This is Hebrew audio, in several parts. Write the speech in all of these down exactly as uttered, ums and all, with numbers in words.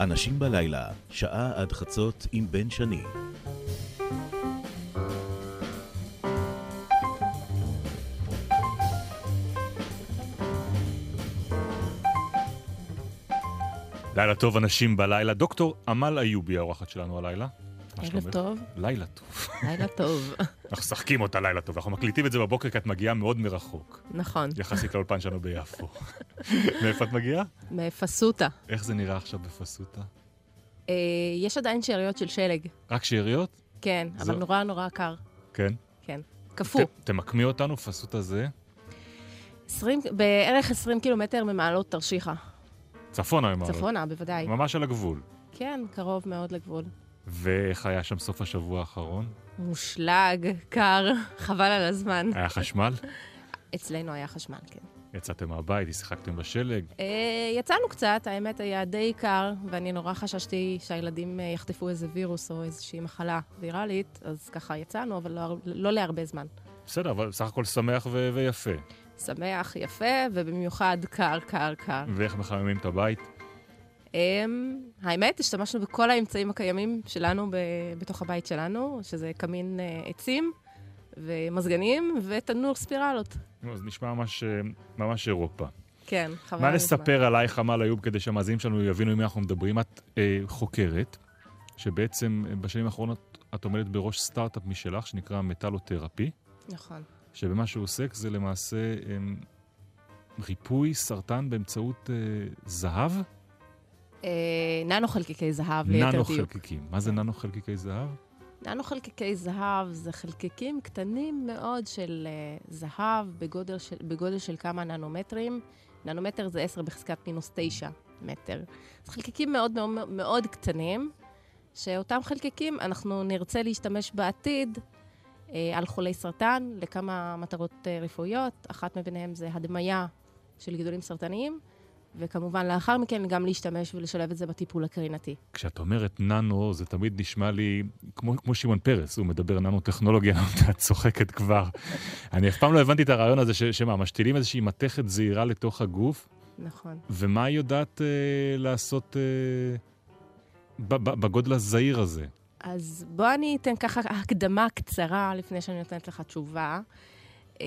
אנשים בלילה, שעה עד חצות עם בן שני. לילה טוב, אנשים בלילה. דוקטור אמל איובי, האורחת שלנו הלילה. ערב טוב. לילה טוב. לילה טוב. אנחנו שחקים אותה לילה טוב. אנחנו מקליטים את זה בבוקר כי את מגיעה מאוד מרחוק. נכון. יחסית לאולפן שלנו ביפו. מאיפה את מגיעה? מפסוטה. איך זה נראה עכשיו בפסוטה? יש עדיין שאריות של שלג. רק שאריות? כן, אבל נורא נורא קר. כן? כן. קפוא. תמקמי אותנו, פסוטה זה? בערך עשרים קילומטר ממעלות תרשיחה. צפונה ממעלות. צפונה, בוודאי. ממש על הגבול. כן, קרוב מאוד לגבול. ואיך היה שם סוף השבוע האחרון? מושלג, קר, חבל על הזמן. היה חשמל? אצלנו היה חשמל, כן. יצאתם מהבית, שיחקתם בשלג? אה, יצאנו קצת, האמת היה די קר, ואני נורא חששתי שהילדים יחטפו איזה וירוס או איזושהי מחלה ויראלית, אז ככה יצאנו, אבל לא, לא להרבה זמן. בסדר, אבל בסך הכל שמח ו- ויפה. שמח, יפה, ובמיוחד קר, קר, קר. ואיך מחממים את הבית? Um, האמת, השתמשנו בכל האמצעים הקיימים שלנו ב- בתוך הבית שלנו, שזה קמין uh, עצים ומזגנים ותנור ספירלות. אז נשמע ממש, ממש אירופה. כן, חבל. מה נספר עלייך, אמל איוב, כדי שהמאזינים שלנו יבינו אם אנחנו מדברים? את אה, חוקרת, שבעצם בשנים האחרונות את עומדת בראש סטארט-אפ משלך, שנקרא מטלותרפי. נכון. שבמה שהוא עוסק זה למעשה אה, ריפוי סרטן באמצעות אה, זהב? אה, ננו חלקיקי זהב, ליתר דיוק. ננו חלקיקים. מה זה ננו חלקיקי זהב? ננו חלקיקי זהב זה חלקיקים קטנים מאוד של uh, זהב בגודל של, בגודל של כמה ננומטרים. ננומטר זה עשר בחזקת מינוס תשע מטר. זה חלקיקים מאוד מאוד, מאוד קטנים, שאותם חלקיקים אנחנו נרצה להשתמש בעתיד uh, על חולי סרטן לכמה מטרות uh, רפואיות. אחת מביניהם זה הדמיה של גידולים סרטניים, וכמובן לאחר מכן גם להשתמש ולשלב את זה בטיפול הקרינתי. כשאת אומרת ננו, זה תמיד נשמע לי כמו, כמו שמעון פרס, הוא מדבר ננו-טכנולוגיה, את צוחקת כבר. אני אף פעם לא הבנתי את הרעיון הזה, ש, שמה, משתילים איזושהי מתכת זהירה לתוך הגוף. נכון. ומה היא יודעת אה, לעשות אה, ב, ב, בגודל הזהיר הזה? אז בוא אני אתן ככה הקדמה קצרה לפני שאני נותנת לך תשובה. אה...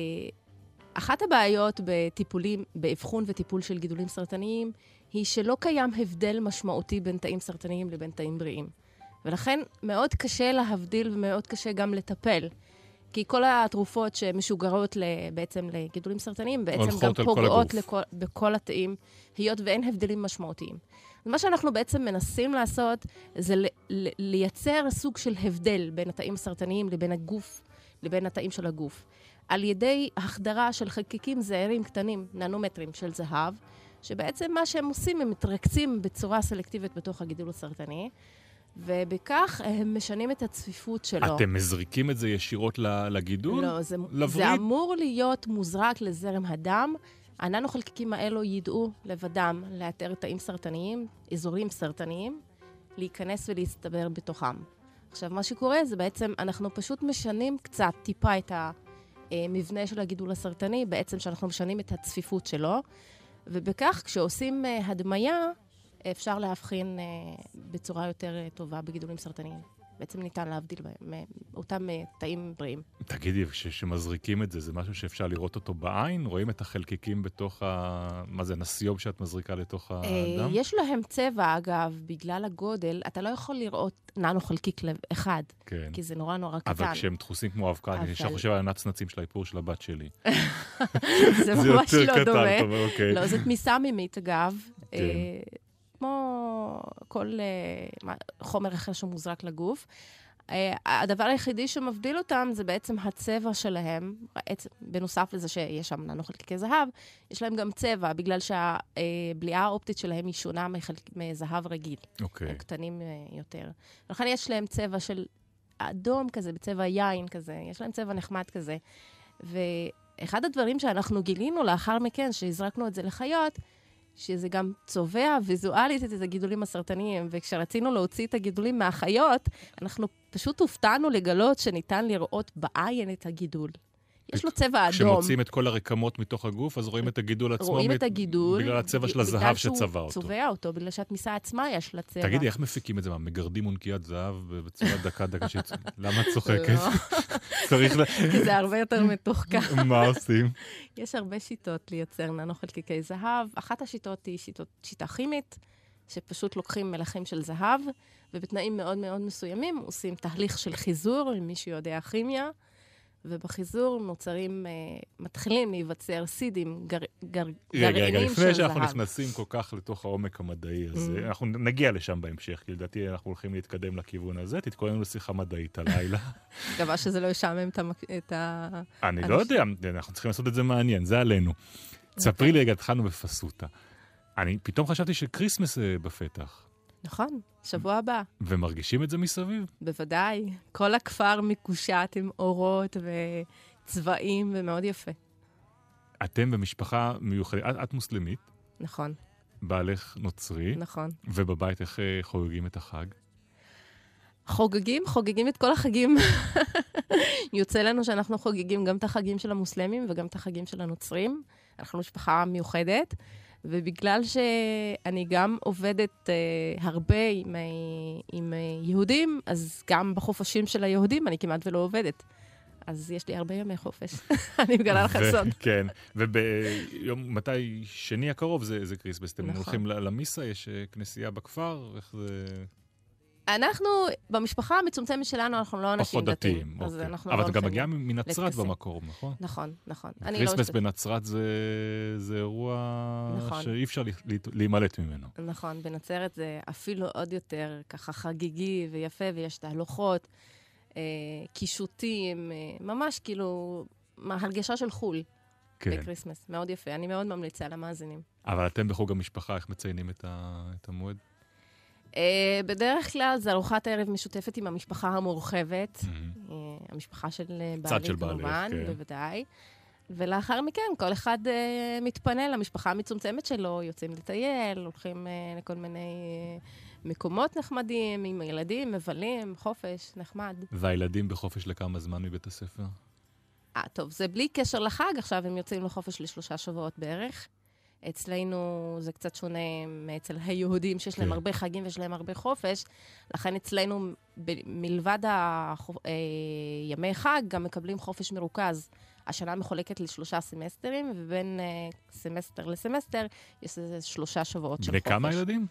אחת הבעיות בטיפולים, באבחון וטיפול של גידולים סרטניים, היא שלא קיים הבדל משמעותי בין תאים סרטניים לבין תאים בריאים. ולכן מאוד קשה להבדיל ומאוד קשה גם לטפל. כי כל התרופות שמשוגרות בעצם לגידולים סרטניים, בעצם גם פוגעות לכל, בכל התאים, היות ואין הבדלים משמעותיים. מה שאנחנו בעצם מנסים לעשות, זה לייצר סוג של הבדל בין התאים הסרטניים לבין הגוף, לבין התאים של הגוף. על ידי החדרה של חלקיקים זעירים קטנים, ננומטרים של זהב, שבעצם מה שהם עושים, הם מתרכזים בצורה סלקטיבית בתוך הגידול הסרטני, ובכך הם משנים את הצפיפות שלו. אתם מזריקים את זה ישירות לגידול? לא, זה, זה אמור להיות מוזרק לזרם הדם. הננו-חלקיקים האלו ידעו לבדם לאתר תאים סרטניים, אזורים סרטניים, להיכנס ולהסתבר בתוכם. עכשיו, מה שקורה זה בעצם, אנחנו פשוט משנים קצת טיפה את ה... מבנה של הגידול הסרטני, בעצם שאנחנו משנים את הצפיפות שלו, ובכך כשעושים הדמיה, אפשר להבחין בצורה יותר טובה בגידולים סרטניים. בעצם ניתן להבדיל בהם, אותם תאים בריאים. תגידי, כשמזריקים את זה, זה משהו שאפשר לראות אותו בעין? רואים את החלקיקים בתוך ה... מה זה, נסיוב שאת מזריקה לתוך האדם? יש להם צבע, אגב, בגלל הגודל, אתה לא יכול לראות ננו חלקיק אחד, כן. כי זה נורא נורא קטן. אבל כשהם דחוסים כמו אבקה, אני אבל... חושב על הנצנצים של האיפור של הבת שלי. זה ממש לא קטן, דומה. טוב, אוקיי. לא, זאת תמיסה מימית, אגב. כן. כמו כל uh, חומר אחר שמוזרק לגוף. Uh, הדבר היחידי שמבדיל אותם זה בעצם הצבע שלהם, בנוסף לזה שיש שם ננו-חלקיקי זהב, יש להם גם צבע, בגלל שהבליעה האופטית שלהם היא שונה מזהב רגיל. אוקיי. הם קטנים uh, יותר. לכן יש להם צבע של אדום כזה, בצבע יין כזה, יש להם צבע נחמד כזה. ואחד הדברים שאנחנו גילינו לאחר מכן, שהזרקנו את זה לחיות, שזה גם צובע ויזואלית את הגידולים הסרטניים, וכשרצינו להוציא את הגידולים מהחיות, אנחנו פשוט הופתענו לגלות שניתן לראות בעין את הגידול. יש לו צבע אדום. כשמוצאים את כל הרקמות מתוך הגוף, אז רואים את הגידול עצמו. רואים את הגידול. בגלל הצבע של הזהב שצבע אותו. בגלל שהוא צובע אותו, בגלל שהתמיסה עצמה יש לה צבע. תגידי, איך מפיקים את זה? מה, מגרדים עונקיית זהב בצורה דקה דקה שיצא? למה את צוחקת? צריך ל... כי זה הרבה יותר מתוחכם. מה עושים? יש הרבה שיטות לייצר ננו חלקיקי זהב. אחת השיטות היא שיטה כימית, שפשוט לוקחים מלחים של זהב, ובתנאים מאוד מאוד מסוימים עושים תהליך של חיזור, אם מישהו יודע כימיה, ובחיזור נוצרים, מתחילים להיווצר סידים, גר, גר, רגע, גרעינים רגע, של זהב. לפני שאנחנו נכנסים כל כך לתוך העומק המדעי הזה, mm. אנחנו נגיע לשם בהמשך, כי לדעתי אנחנו הולכים להתקדם לכיוון הזה, תתכוננו לשיחה מדעית הלילה. מקווה שזה לא ישעמם את ה... אני לא יודע, אנחנו צריכים לעשות את זה מעניין, זה עלינו. תספרי לי, רגע, התחלנו בפסוטה. אני פתאום חשבתי שקריסמס בפתח. נכון, שבוע הבא. ומרגישים את זה מסביב? בוודאי. כל הכפר מקושט עם אורות וצבעים, ומאוד יפה. אתם במשפחה מיוחדת, את, את מוסלמית? נכון. בעלך נוצרי? נכון. ובבית איך חוגגים את החג? חוגגים, חוגגים את כל החגים. יוצא לנו שאנחנו חוגגים גם את החגים של המוסלמים וגם את החגים של הנוצרים. אנחנו משפחה מיוחדת. ובגלל שאני גם עובדת uh, הרבה עם, עם uh, יהודים, אז גם בחופשים של היהודים אני כמעט ולא עובדת. אז יש לי הרבה ימי חופש. אני מגלה לך סוד. כן, וביום, מתי שני הקרוב זה, זה קריסמס? אתם הולכים למיסה, יש כנסייה בכפר? איך זה... אנחנו, במשפחה המצומצמת שלנו, אנחנו לא אנשים דתיים. אוקיי. אבל אתה גם מגיע מנצרת במקור, נכון? נכון, נכון. קריסמס בנצרת זה אירוע שאי אפשר להימלט ממנו. נכון, בנצרת זה אפילו עוד יותר ככה חגיגי ויפה, ויש תהלוכות, קישוטים, ממש כאילו, הרגשה של חול בקריסמס. מאוד יפה, אני מאוד ממליצה למאזינים. אבל אתם בחוג המשפחה, איך מציינים את המועד? Uh, בדרך כלל זה ארוחת ערב משותפת עם המשפחה המורחבת, mm-hmm. uh, המשפחה של בעלי של כמובן, כן. בוודאי. ולאחר מכן כל אחד uh, מתפנה למשפחה המצומצמת שלו, יוצאים לטייל, הולכים uh, לכל מיני uh, מקומות נחמדים, עם הילדים, מבלים, חופש, נחמד. והילדים בחופש לכמה זמן מבית הספר? אה, טוב, זה בלי קשר לחג, עכשיו הם יוצאים לחופש לשלושה שבועות בערך. אצלנו זה קצת שונה מאצל היהודים, שיש להם הרבה חגים ויש להם הרבה חופש. לכן אצלנו, מלבד ימי חג, גם מקבלים חופש מרוכז. השנה מחולקת לשלושה סמסטרים, ובין סמסטר לסמסטר יש איזה שלושה שבועות של חופש. וכמה ילדים?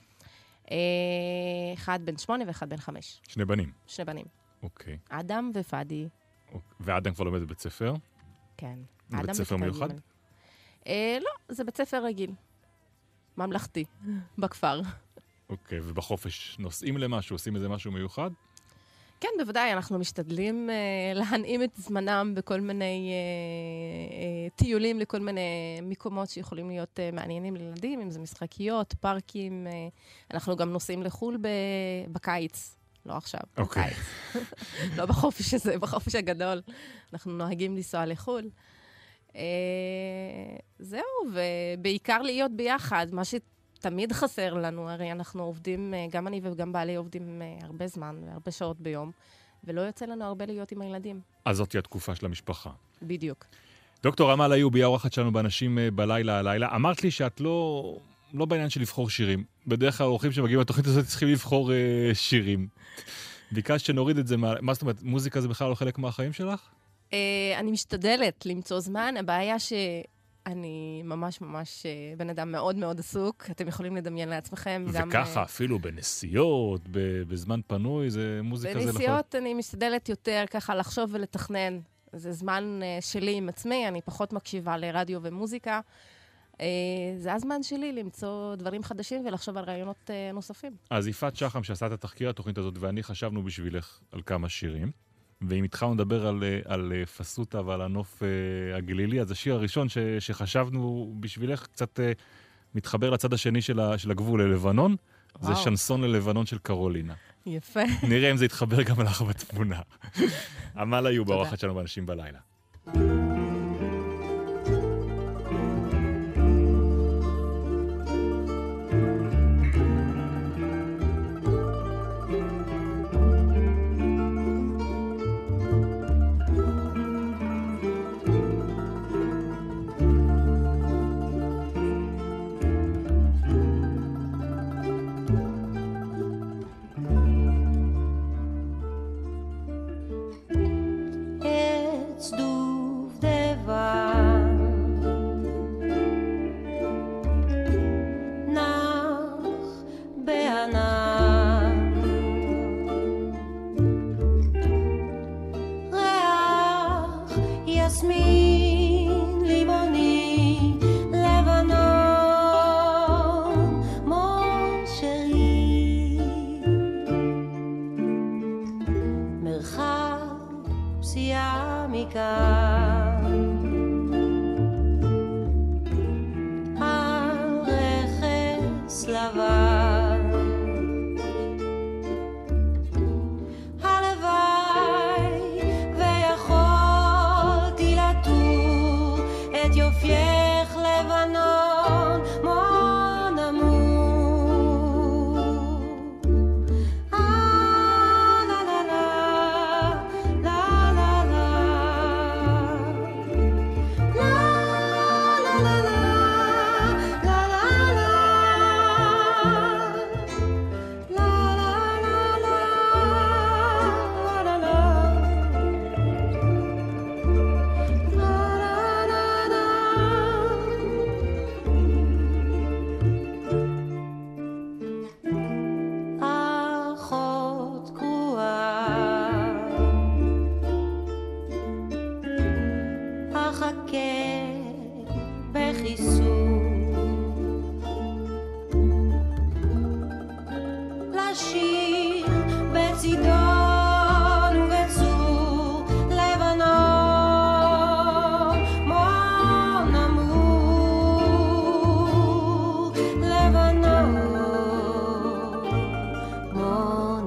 אחד בן שמונה ואחד בן חמש. שני בנים? שני בנים. אוקיי. אדם ופאדי. ואדם כבר לומד בבית ספר? כן. בבית ספר מיוחד? אה, לא, זה בית ספר רגיל. ממלכתי, בכפר. אוקיי, ובחופש נוסעים למשהו, עושים איזה משהו מיוחד? כן, בוודאי, אנחנו משתדלים אה, להנעים את זמנם בכל מיני אה, אה, טיולים לכל מיני מקומות שיכולים להיות אה, מעניינים לילדים, אם זה משחקיות, פארקים. אה, אנחנו גם נוסעים לחול ב- בקיץ, לא עכשיו, אוקיי. בקיץ. לא בחופש הזה, בחופש הגדול. אנחנו נוהגים לנסוע לחול. Uh, זהו, ובעיקר להיות ביחד, מה שתמיד חסר לנו, הרי אנחנו עובדים, גם אני וגם בעלי עובדים הרבה זמן, הרבה שעות ביום, ולא יוצא לנו הרבה להיות עם הילדים. אז זאת היא התקופה של המשפחה. בדיוק. דוקטור עמל איובי, האורחת שלנו באנשים בלילה הלילה, אמרת לי שאת לא, לא בעניין של לבחור שירים. בדרך כלל האורחים שמגיעים לתוכנית הזאת צריכים לבחור uh, שירים. ביקשת שנוריד את זה, מה, מה זאת אומרת, מוזיקה זה בכלל לא חלק מהחיים שלך? Uh, אני משתדלת למצוא זמן, הבעיה שאני ממש ממש uh, בן אדם מאוד מאוד עסוק, אתם יכולים לדמיין לעצמכם. וככה גם, אפילו בנסיעות, בזמן פנוי, זה מוזיקה זה נכון? בנסיעות אני משתדלת יותר ככה לחשוב ולתכנן. זה זמן uh, שלי עם עצמי, אני פחות מקשיבה לרדיו ומוזיקה. Uh, זה הזמן שלי למצוא דברים חדשים ולחשוב על רעיונות uh, נוספים. אז יפעת שחם שעשה את התחקיר התוכנית הזאת, ואני חשבנו בשבילך על כמה שירים. ואם התחלנו לדבר על, על פסוטה ועל הנוף uh, הגלילי, אז השיר הראשון ש, שחשבנו בשבילך קצת uh, מתחבר לצד השני של, ה, של הגבול ללבנון, וואו. זה שנסון ללבנון של קרולינה. יפה. נראה אם זה יתחבר גם לך בתמונה. עמל איובי, האורחת שלנו באנשים בלילה. יסמין לימוני לבנון מושרי מרחב פסיעה מכאן הרכס לבן הלוואי ויכולתי לטור את יופייך לבנון מון אמור אה לה לה לה לה לה לה לה לה לה אחות קרואה אחכה בחיסון לשיר בצידון ובצור לבנון מון אמור לבנון מון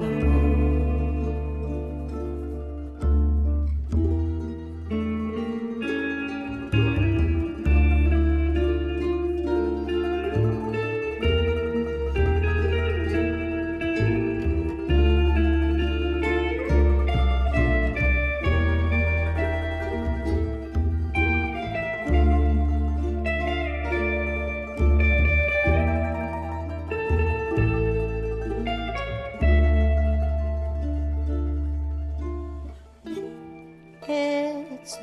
עץ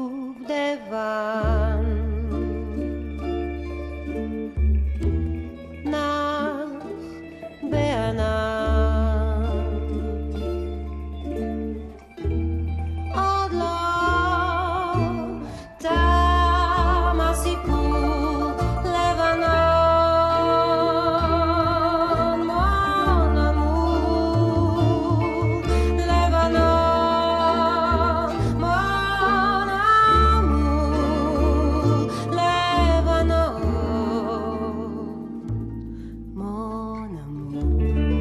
דובדבן נח בענן עוד לא תם הסיפור לבנון מון אמור לבנון מון אמור לבנון מון אמור.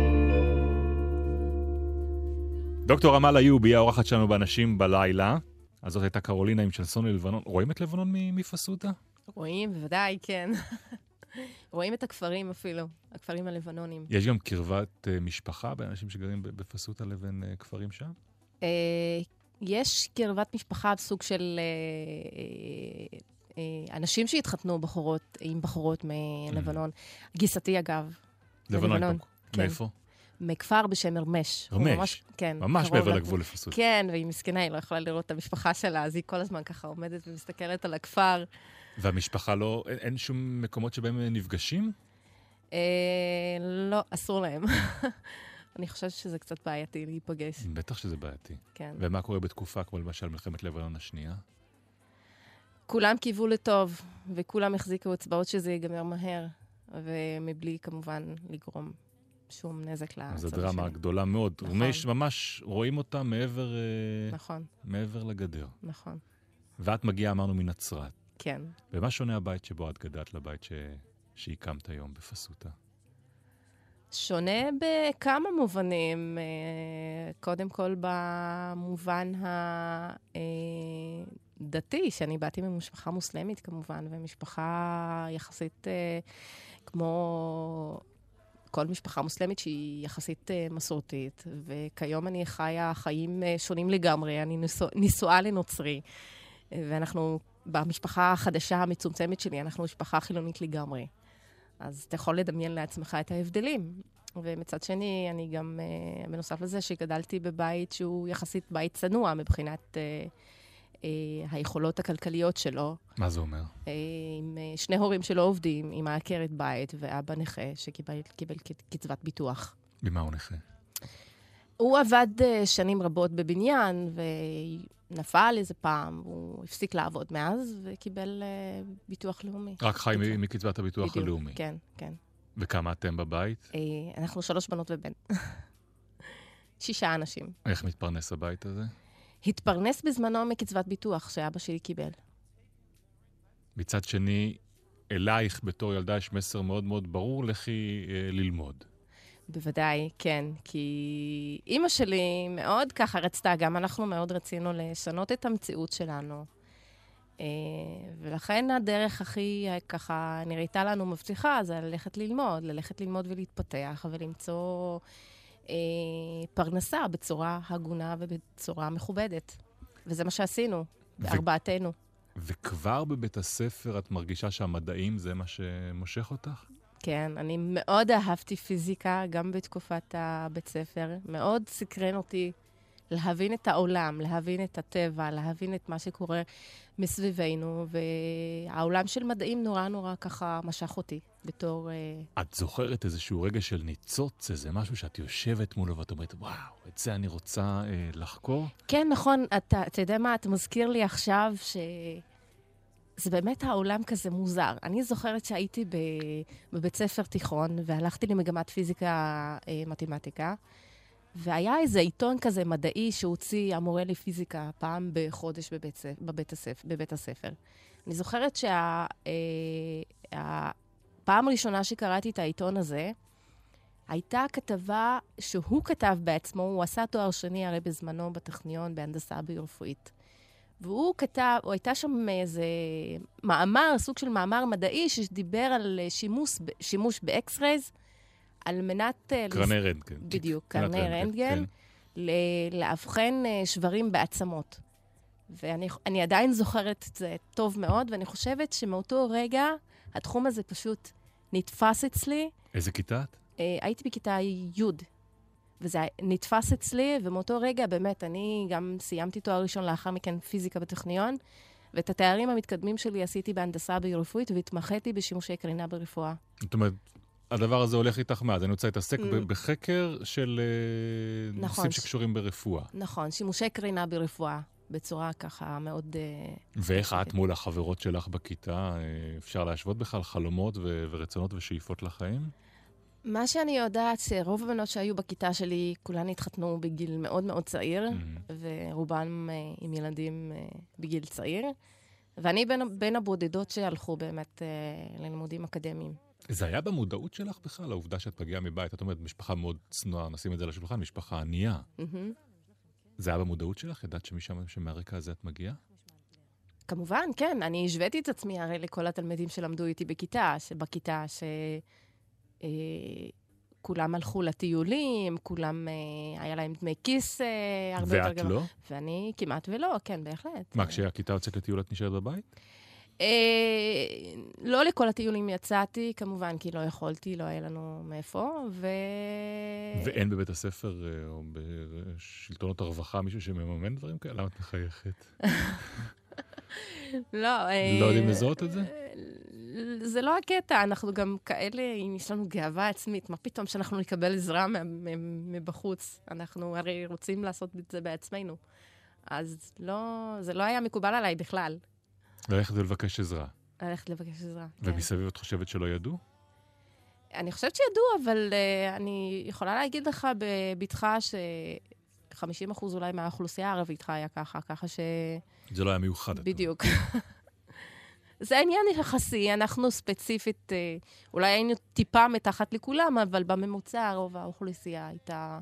דוקטור אמל איוב היא האורחת שלנו באנשים בלילה. אז זאת הייתה קרולינה עם שנסון ללבנון. רואים את לבנון מפסוטה? רואים, בוודאי, כן. רואים את הכפרים אפילו, הכפרים הלבנונים. יש גם קרבת uh, משפחה בין אנשים שגרים בפסוטה לבין uh, כפרים שם? אה, יש קרבת משפחה בסוג של אה, אה, אה, אנשים שהתחתנו בחורות, עם בחורות מלבנון. גיסתי אגב. לבנון. בלבנון, כן. מאיפה? מכפר בשם הרמש. הוא הרמש? ממש, כן. ממש קרוב מעבר ל- לגבול לפסוטה. כן, והיא מסכנה, היא לא יכולה לראות את המשפחה שלה, אז היא כל הזמן ככה עומדת ומסתכלת על הכפר. והמשפחה לא, אין, אין שום מקומות שבהם נפגשים? אה, לא, אסור להם. אני חושבת שזה קצת בעייתי להיפגש. בטח שזה בעייתי. כן. ומה קורה בתקופה כמו למשל מלחמת לבנון השנייה? כולם קיוו לטוב, וכולם החזיקו אצבעות שזה ייגמר מהר, ומבלי כמובן לגרום שום נזק לצד זו השני. דרמה גדולה מאוד. נכון. ממש, ממש רואים אותה מעבר, אה, נכון, מעבר לגדר. נכון. ואת מגיעה, אמרנו, מנצרת. כן. ומה שונה הבית שבו את גדלת לבית ש... שהקמת היום בפסוטה? שונה בכמה מובנים. אה, קודם כל במובן הדתי, שאני באתי ממשפחה מוסלמית כמובן, ומשפחה יחסית אה, כמו כל משפחה מוסלמית שהיא יחסית אה, מסורתית, וכיום אני חיה חיים אה, שונים לגמרי. אני נישוא, נישואה לנוצרי, אה, ואנחנו במשפחה החדשה המצומצמת שלי, אנחנו משפחה חילונית לגמרי. אז אתה יכול לדמיין לעצמך את ההבדלים. ומצד שני, אני גם, אה, בנוסף לזה, שגדלתי בבית שהוא יחסית בית צנוע מבחינת אה, אה, היכולות הכלכליות שלו. מה זה אומר? אה, עם אה, שני הורים שלא עובדים, עם עקרת בית ואבא נכה שקיבל קיבל קצבת ביטוח. במה הוא נכה? הוא עבד אה, שנים רבות בבניין, נפל איזה פעם, הוא הפסיק לעבוד מאז, וקיבל אה, ביטוח לאומי. רק חי מ- מקצבת הביטוח בדיוק, הלאומי. כן, כן. וכמה אתם בבית? אה, אנחנו שלוש בנות ובן. שישה אנשים. איך מתפרנס הבית הזה? התפרנס בזמנו מקצבת ביטוח שאבא שלי קיבל. מצד שני, אלייך בתור ילדה יש מסר מאוד מאוד ברור לכי אה, ללמוד. בוודאי, כן, כי אימא שלי מאוד ככה רצתה, גם אנחנו מאוד רצינו לשנות את המציאות שלנו. אה, ולכן הדרך הכי ככה נראיתה לנו מבטיחה, זה ללכת ללמוד, ללכת ללמוד ולהתפתח ולמצוא אה, פרנסה בצורה הגונה ובצורה מכובדת. וזה מה שעשינו, בארבעתנו. וכבר בבית הספר את מרגישה שהמדעים זה מה שמושך אותך? כן, אני מאוד אהבתי פיזיקה, גם בתקופת הבית ספר. מאוד סקרן אותי להבין את העולם, להבין את הטבע, להבין את מה שקורה מסביבנו, והעולם של מדעים נורא נורא ככה משך אותי בתור... את זוכרת איזשהו רגע של ניצוץ, איזה משהו שאת יושבת מולו ואת אומרת, וואו, את זה אני רוצה אה, לחקור? כן, נכון, אתה, אתה יודע מה, אתה מזכיר לי עכשיו ש... זה באמת העולם כזה מוזר. אני זוכרת שהייתי בבית ספר תיכון, והלכתי למגמת פיזיקה אה, מתמטיקה, והיה איזה עיתון כזה מדעי שהוציא המורה לפיזיקה פעם בחודש בבית, ספר, בבית, הספר, בבית הספר. אני זוכרת שהפעם הראשונה שקראתי את העיתון הזה, הייתה כתבה שהוא כתב בעצמו, הוא עשה תואר שני הרי בזמנו בטכניון בהנדסה ביו-רפואית. והוא כתב, או הייתה שם איזה מאמר, סוג של מאמר מדעי, שדיבר על שימוש, שימוש באקס-רייז, על מנת... קרני רנטגן. בדיוק, קרני רנטגן, לאבחן שברים בעצמות. ואני אני עדיין זוכרת את זה טוב מאוד, ואני חושבת שמאותו רגע, התחום הזה פשוט נתפס אצלי. איזה כיתה את? הייתי בכיתה י' וזה נתפס אצלי, ומאותו רגע באמת, אני גם סיימתי תואר ראשון לאחר מכן פיזיקה בטכניון, ואת התארים המתקדמים שלי עשיתי בהנדסה ביו-רפואית, והתמחיתי בשימושי קרינה ברפואה. זאת אומרת, הדבר הזה הולך איתך מאז, אני רוצה להתעסק mm. בחקר של נכון, נושאים שקשורים ברפואה. נכון, שימושי קרינה ברפואה, בצורה ככה מאוד... ואיך את מול החברות שלך בכיתה, אפשר להשוות בכלל חלומות ו- ורצונות ושאיפות לחיים? מה שאני יודעת, שרוב הבנות שהיו בכיתה שלי, כולן התחתנו בגיל מאוד מאוד צעיר, mm-hmm. ורובן uh, עם ילדים uh, בגיל צעיר. ואני בין, בין הבודדות שהלכו באמת uh, ללימודים אקדמיים. זה היה במודעות שלך בכלל, העובדה שאת מגיעה מבית, את אומרת, משפחה מאוד צנועה, נשים את זה לשולחן, משפחה ענייה. Mm-hmm. זה היה במודעות שלך? ידעת שמשם, שמהרקע הזה את מגיעה? כמובן, כן. אני השוויתי את עצמי הרי לכל התלמידים שלמדו איתי בכיתה, שבכיתה ש... Uh, כולם הלכו לטיולים, כולם, uh, היה להם דמי כיס uh, הרבה יותר גבוה. ואת לא? ואני כמעט ולא, כן, בהחלט. מה, כשהכיתה יוצאת לטיול את נשארת בבית? Uh, לא לכל הטיולים יצאתי, כמובן, כי לא יכולתי, לא היה לנו מאיפה, ו... ואין בבית הספר uh, או בשלטונות הרווחה מישהו שמממן דברים כאלה? למה את מחייכת? לא. לא יודעים לזהות את זה? זה לא הקטע, אנחנו גם כאלה, אם יש לנו גאווה עצמית, מה פתאום שאנחנו נקבל עזרה מבחוץ? אנחנו הרי רוצים לעשות את זה בעצמנו. אז לא, זה לא היה מקובל עליי בכלל. ללכת ולבקש עזרה. ללכת לבקש עזרה, ומסביב את חושבת שלא ידעו? אני חושבת שידעו, אבל uh, אני יכולה להגיד לך בביטחה ש... חמישים אחוז אולי מהאוכלוסייה הערבית חיה ככה, ככה ש... זה לא היה מיוחד. בדיוק. זה העניין יחסי, אנחנו ספציפית, אולי היינו טיפה מתחת לכולם, אבל בממוצע רוב האוכלוסייה הייתה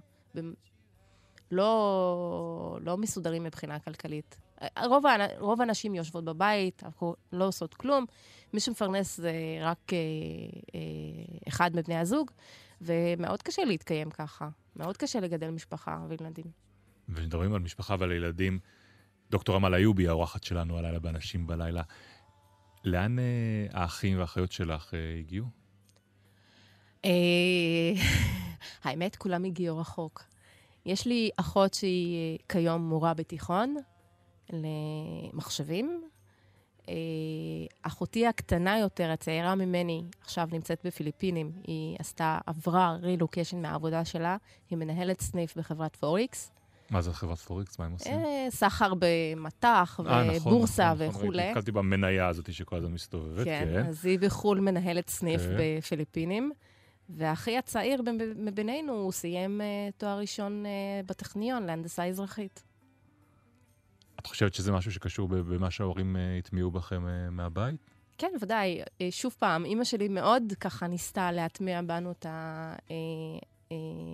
לא, לא מסודרים מבחינה כלכלית. רוב, רוב האנשים יושבות בבית, לא עושות כלום, מי שמפרנס זה רק אחד מבני הזוג, ומאוד קשה להתקיים ככה, מאוד קשה לגדל משפחה וילדים. ונדברים על משפחה ועל ילדים, דוקטור אמל איובי, האורחת שלנו הלילה באנשים בלילה, לאן אה, האחים והאחיות שלך אה, הגיעו? אה, האמת, כולם הגיעו רחוק. יש לי אחות שהיא כיום מורה בתיכון למחשבים. אה, אחותי הקטנה יותר, הצעירה ממני, עכשיו נמצאת בפיליפינים. היא עשתה, עברה רילוקיישן מהעבודה שלה. היא מנהלת סניף בחברת פוריקס. מה זה חברת פורקס? מה הם עושים? אה, סחר במטח אה, נכון, ובורסה נכון, נכון. וכולי. נתקלתי במניה הזאת שכל הזמן מסתובבת, כן, כן. אז היא בחול מנהלת סניף כן. בפיליפינים, ואחי הצעיר ב- מבינינו, הוא סיים אה, תואר ראשון אה, בטכניון להנדסה אזרחית. את חושבת שזה משהו שקשור ב- במה שההורים אה, הטמיעו בכם אה, מהבית? כן, ודאי. אה, שוב פעם, אימא שלי מאוד ככה ניסתה להטמיע בנו את ה... אה, אה,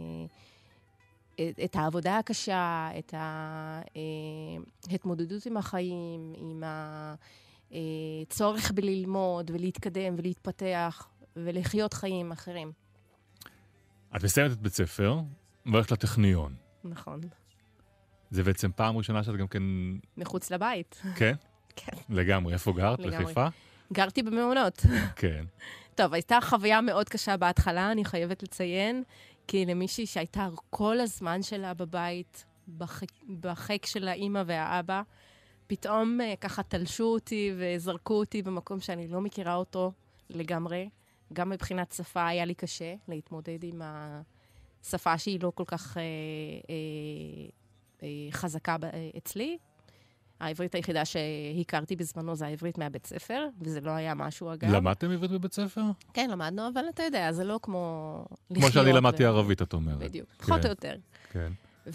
את העבודה הקשה, את ההתמודדות עם החיים, עם הצורך בללמוד ולהתקדם ולהתפתח ולחיות חיים אחרים. את מסיימת את בית ספר והולכת לטכניון. נכון. זה בעצם פעם ראשונה שאת גם כן... מחוץ לבית. כן? כן. לגמרי. איפה גרת? לגמרי. בחיפה? גרתי במעונות. כן. טוב, הייתה חוויה מאוד קשה בהתחלה, אני חייבת לציין, כי למישהי שהייתה כל הזמן שלה בבית, בחיק, בחיק של האמא והאבא, פתאום uh, ככה תלשו אותי וזרקו אותי במקום שאני לא מכירה אותו לגמרי. גם מבחינת שפה היה לי קשה להתמודד עם השפה שהיא לא כל כך uh, uh, uh, חזקה ב- uh, אצלי. העברית היחידה שהכרתי בזמנו זה העברית מהבית ספר, וזה לא היה משהו אגב. למדתם עברית בבית ספר? כן, למדנו, אבל אתה יודע, זה לא כמו לחיות. כמו שאני למדתי ו... ערבית, את אומרת. בדיוק, פחות או יותר. כן.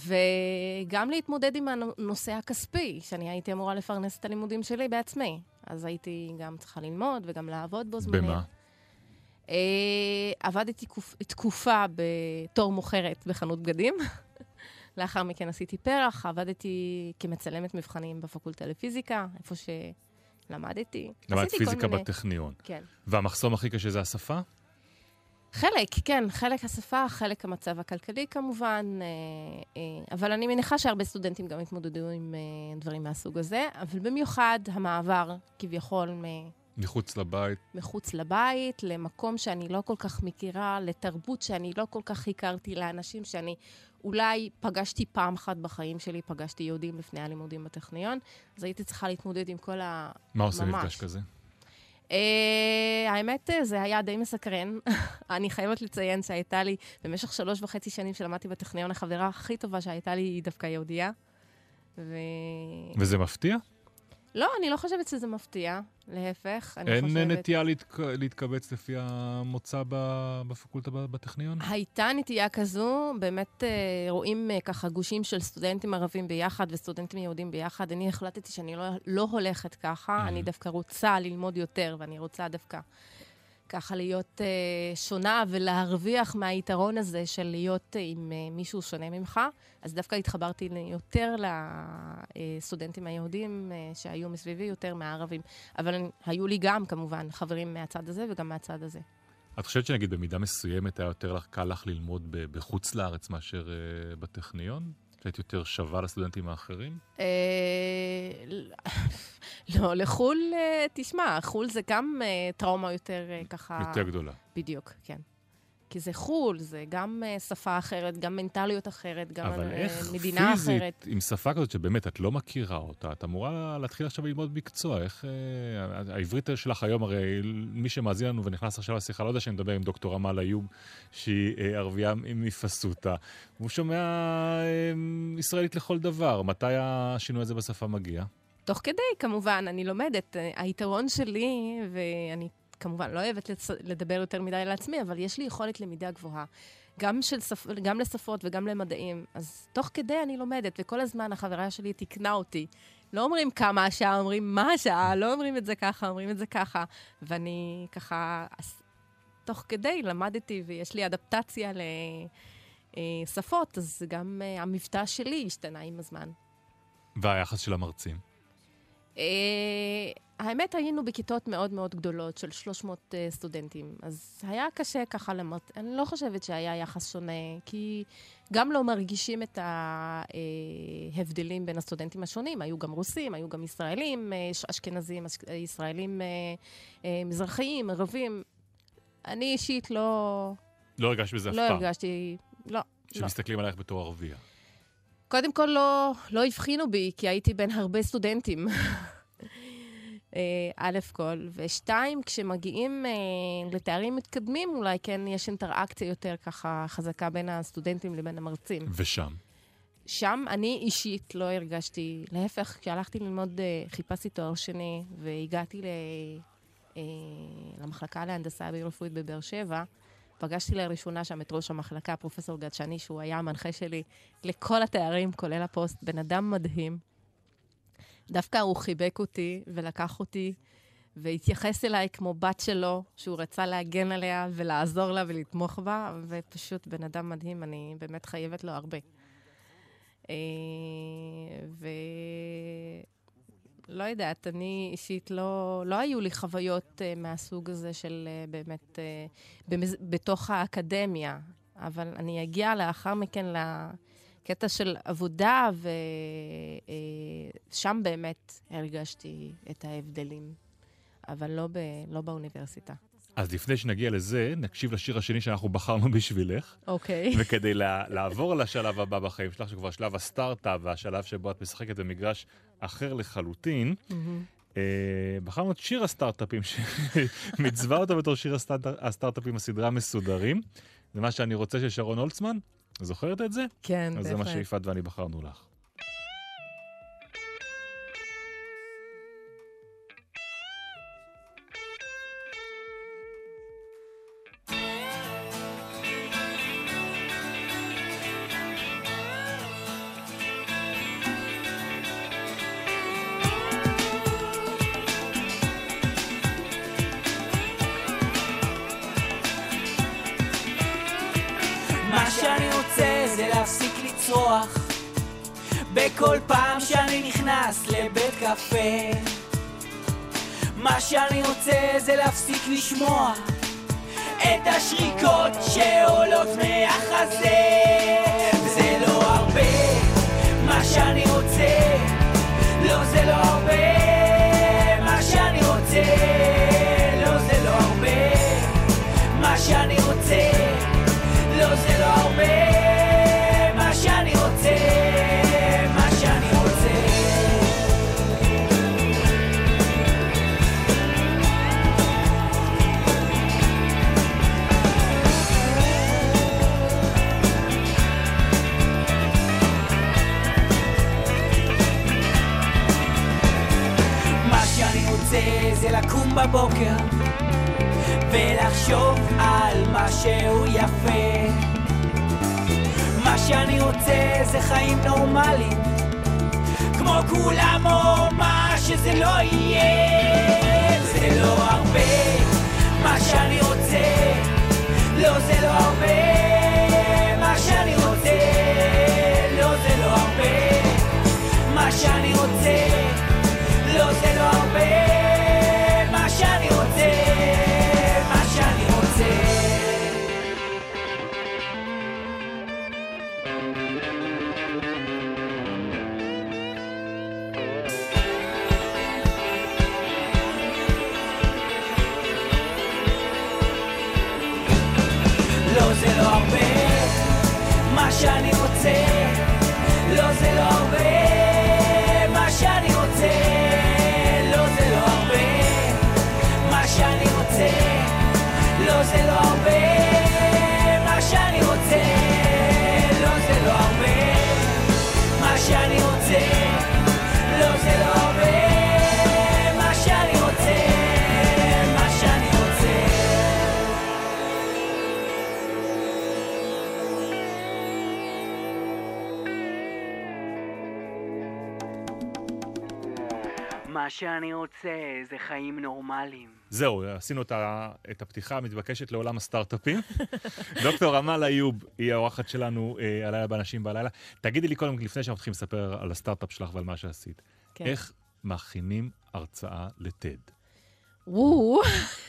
וגם להתמודד עם הנושא הכספי, שאני הייתי אמורה לפרנס את הלימודים שלי בעצמי. אז הייתי גם צריכה ללמוד וגם לעבוד בו זמנית. במה? אה, עבדתי תקופ... תקופה בתור מוכרת בחנות בגדים. לאחר מכן עשיתי פרח, עבדתי כמצלמת מבחנים בפקולטה לפיזיקה, איפה שלמדתי. למדת פיזיקה מיני... בטכניון. כן. והמחסום הכי קשה זה השפה? חלק, כן, חלק השפה, חלק המצב הכלכלי כמובן, אה, אה, אבל אני מניחה שהרבה סטודנטים גם התמודדו עם אה, דברים מהסוג הזה, אבל במיוחד המעבר כביכול מ... מחוץ לבית. מחוץ לבית, למקום שאני לא כל כך מכירה, לתרבות שאני לא כל כך הכרתי, לאנשים שאני אולי פגשתי פעם אחת בחיים שלי, פגשתי יהודים לפני הלימודים בטכניון, אז הייתי צריכה להתמודד עם כל ה... מה עושה ממש. מפגש כזה? Uh, האמת, זה היה די מסקרן. אני חייבת לציין שהייתה לי, במשך שלוש וחצי שנים שלמדתי בטכניון, החברה הכי טובה שהייתה לי היא דווקא יהודייה. ו... וזה מפתיע? לא, אני לא חושבת שזה מפתיע. להפך, אני אין חושבת... נטייה להתק... להתקבץ לפי המוצא ב... בפקולטה בטכניון? הייתה נטייה כזו, באמת רואים ככה גושים של סטודנטים ערבים ביחד וסטודנטים יהודים ביחד. אני החלטתי שאני לא, לא הולכת ככה, אני דווקא רוצה ללמוד יותר, ואני רוצה דווקא ככה להיות uh, שונה ולהרוויח מהיתרון הזה של להיות uh, עם uh, מישהו שונה ממך. אז דווקא התחברתי יותר לסטודנטים היהודים uh, שהיו מסביבי יותר מהערבים. אבל היו לי גם כמובן חברים מהצד הזה וגם מהצד הזה. את חושבת שנגיד במידה מסוימת היה יותר לך, קל לך ללמוד ב- בחוץ לארץ מאשר uh, בטכניון? שהיית יותר שווה לסטודנטים האחרים? לא, לחול, תשמע, חול זה גם טראומה יותר ככה... יותר גדולה. בדיוק, כן. כי זה חול, זה גם שפה אחרת, גם מנטליות אחרת, גם אבל איך מדינה פיזית, אחרת. עם שפה כזאת שבאמת את לא מכירה אותה, את אמורה להתחיל עכשיו ללמוד מקצוע, איך... אה, העברית שלך היום, הרי מי שמאזין לנו ונכנס עכשיו לשיחה, לא יודע שאני מדבר עם דוקטור אמל איוב, שהיא אה, ערבייה מפסוטה, הוא שומע אה, ישראלית לכל דבר. מתי השינוי הזה בשפה מגיע? תוך כדי, כמובן, אני לומדת. היתרון שלי, ואני כמובן לא אוהבת לדבר יותר מדי לעצמי, אבל יש לי יכולת למידה גבוהה. גם, של שפ... גם לשפות וגם למדעים. אז תוך כדי אני לומדת, וכל הזמן החברה שלי תקנה אותי. לא אומרים כמה השעה, אומרים מה השעה, לא אומרים את זה ככה, אומרים את זה ככה. ואני ככה, תוך כדי למדתי, ויש לי אדפטציה לשפות, אז גם המבטא שלי השתנה עם הזמן. והיחס של המרצים? האמת, היינו בכיתות מאוד מאוד גדולות של שלוש מאות סטודנטים, אז היה קשה ככה למרת... אני לא חושבת שהיה יחס שונה, כי גם לא מרגישים את ההבדלים בין הסטודנטים השונים. היו גם רוסים, היו גם ישראלים, אשכנזים, ישראלים מזרחיים, ערבים. אני אישית לא... לא הרגשת בזה אף לא פעם? לא הרגשתי, לא. שמסתכלים עלייך בתור ערבייה? קודם כל לא, לא הבחינו בי, כי הייתי בין הרבה סטודנטים. א' כל, ושתיים, כשמגיעים אה, לתארים מתקדמים, אולי כן יש אינטראקציה יותר ככה חזקה בין הסטודנטים לבין המרצים. ושם? שם אני אישית לא הרגשתי, להפך, כשהלכתי ללמוד, חיפשתי תואר שני, והגעתי ל... למחלקה להנדסה ביו-רפואית בבאר שבע, פגשתי לראשונה שם את ראש המחלקה, פרופסור גדשני, שהוא היה המנחה שלי לכל התארים, כולל הפוסט, בן אדם מדהים. דווקא הוא חיבק אותי ולקח אותי, והתייחס אליי כמו בת שלו, שהוא רצה להגן עליה ולעזור לה ולתמוך בה, ופשוט בן אדם מדהים, אני באמת חייבת לו הרבה. ו... לא יודעת, אני אישית לא, לא היו לי חוויות uh, מהסוג הזה של uh, באמת uh, במז... בתוך האקדמיה, אבל אני אגיע לאחר מכן לקטע של עבודה, ושם uh, באמת הרגשתי את ההבדלים, אבל לא, ב... לא באוניברסיטה. אז לפני שנגיע לזה, נקשיב לשיר השני שאנחנו בחרנו בשבילך. אוקיי. וכדי לה, לעבור לשלב הבא בחיים שלך, שכבר שלב הסטארט-אפ, והשלב שבו את משחקת במגרש אחר לחלוטין, mm-hmm. אה, בחרנו את שיר הסטארט-אפים, שמצווה אותו בתור שיר הסטארט- הסטארט-אפים, הסדרה מסודרים. זה מה שאני רוצה של שרון הולצמן. זוכרת את זה? כן, אז בהחלט. זה מה שיפעת ואני בחרנו לך. בכל פעם שאני נכנס לבית קפה, מה שאני רוצה זה להפסיק לשמוע את השריקות שעולות מהחזה, וזה לא הרבה מה שאני רוצה, לא זה לא הרבה מה שאני רוצה, לא זה לא הרבה מה שאני רוצה, לא זה לא הרבה מה שאני רוצה, מה שאני רוצה. מה שאני רוצה זה לקום בבוקר ולחשוב על משהו יפה. מה שאני רוצה זה חיים נורמליים כמו כולם או מה שזה לא יהיה. זה לא הרבה מה שאני רוצה, לא זה לא הרבה מה שאני רוצה, לא זה לא הרבה מה שאני רוצה, לא זה לא הרבה מה שאני רוצה, מה שאני רוצה. לא זה לא הרבה מה שאני רוצה, לא זה לא הרבה מה שאני רוצה, לא זה לא הרבה מה שאני רוצה, לא זה לא הרבה מה שאני רוצה, לא זה לא הרבה מה שאני רוצה, לא זה לא הרבה מה שאני רוצה, מה שאני רוצה. מה שאני רוצה זה חיים נורמליים. זהו, עשינו את, ה, את הפתיחה המתבקשת לעולם הסטארט-אפים. דוקטור עמל איוב היא האורחת שלנו אה, הלילה באנשים בלילה. תגידי לי קודם, לפני שאנחנו מתחילים לספר על הסטארט-אפ שלך ועל מה שעשית, כן. איך מכינים הרצאה לטד? וואו,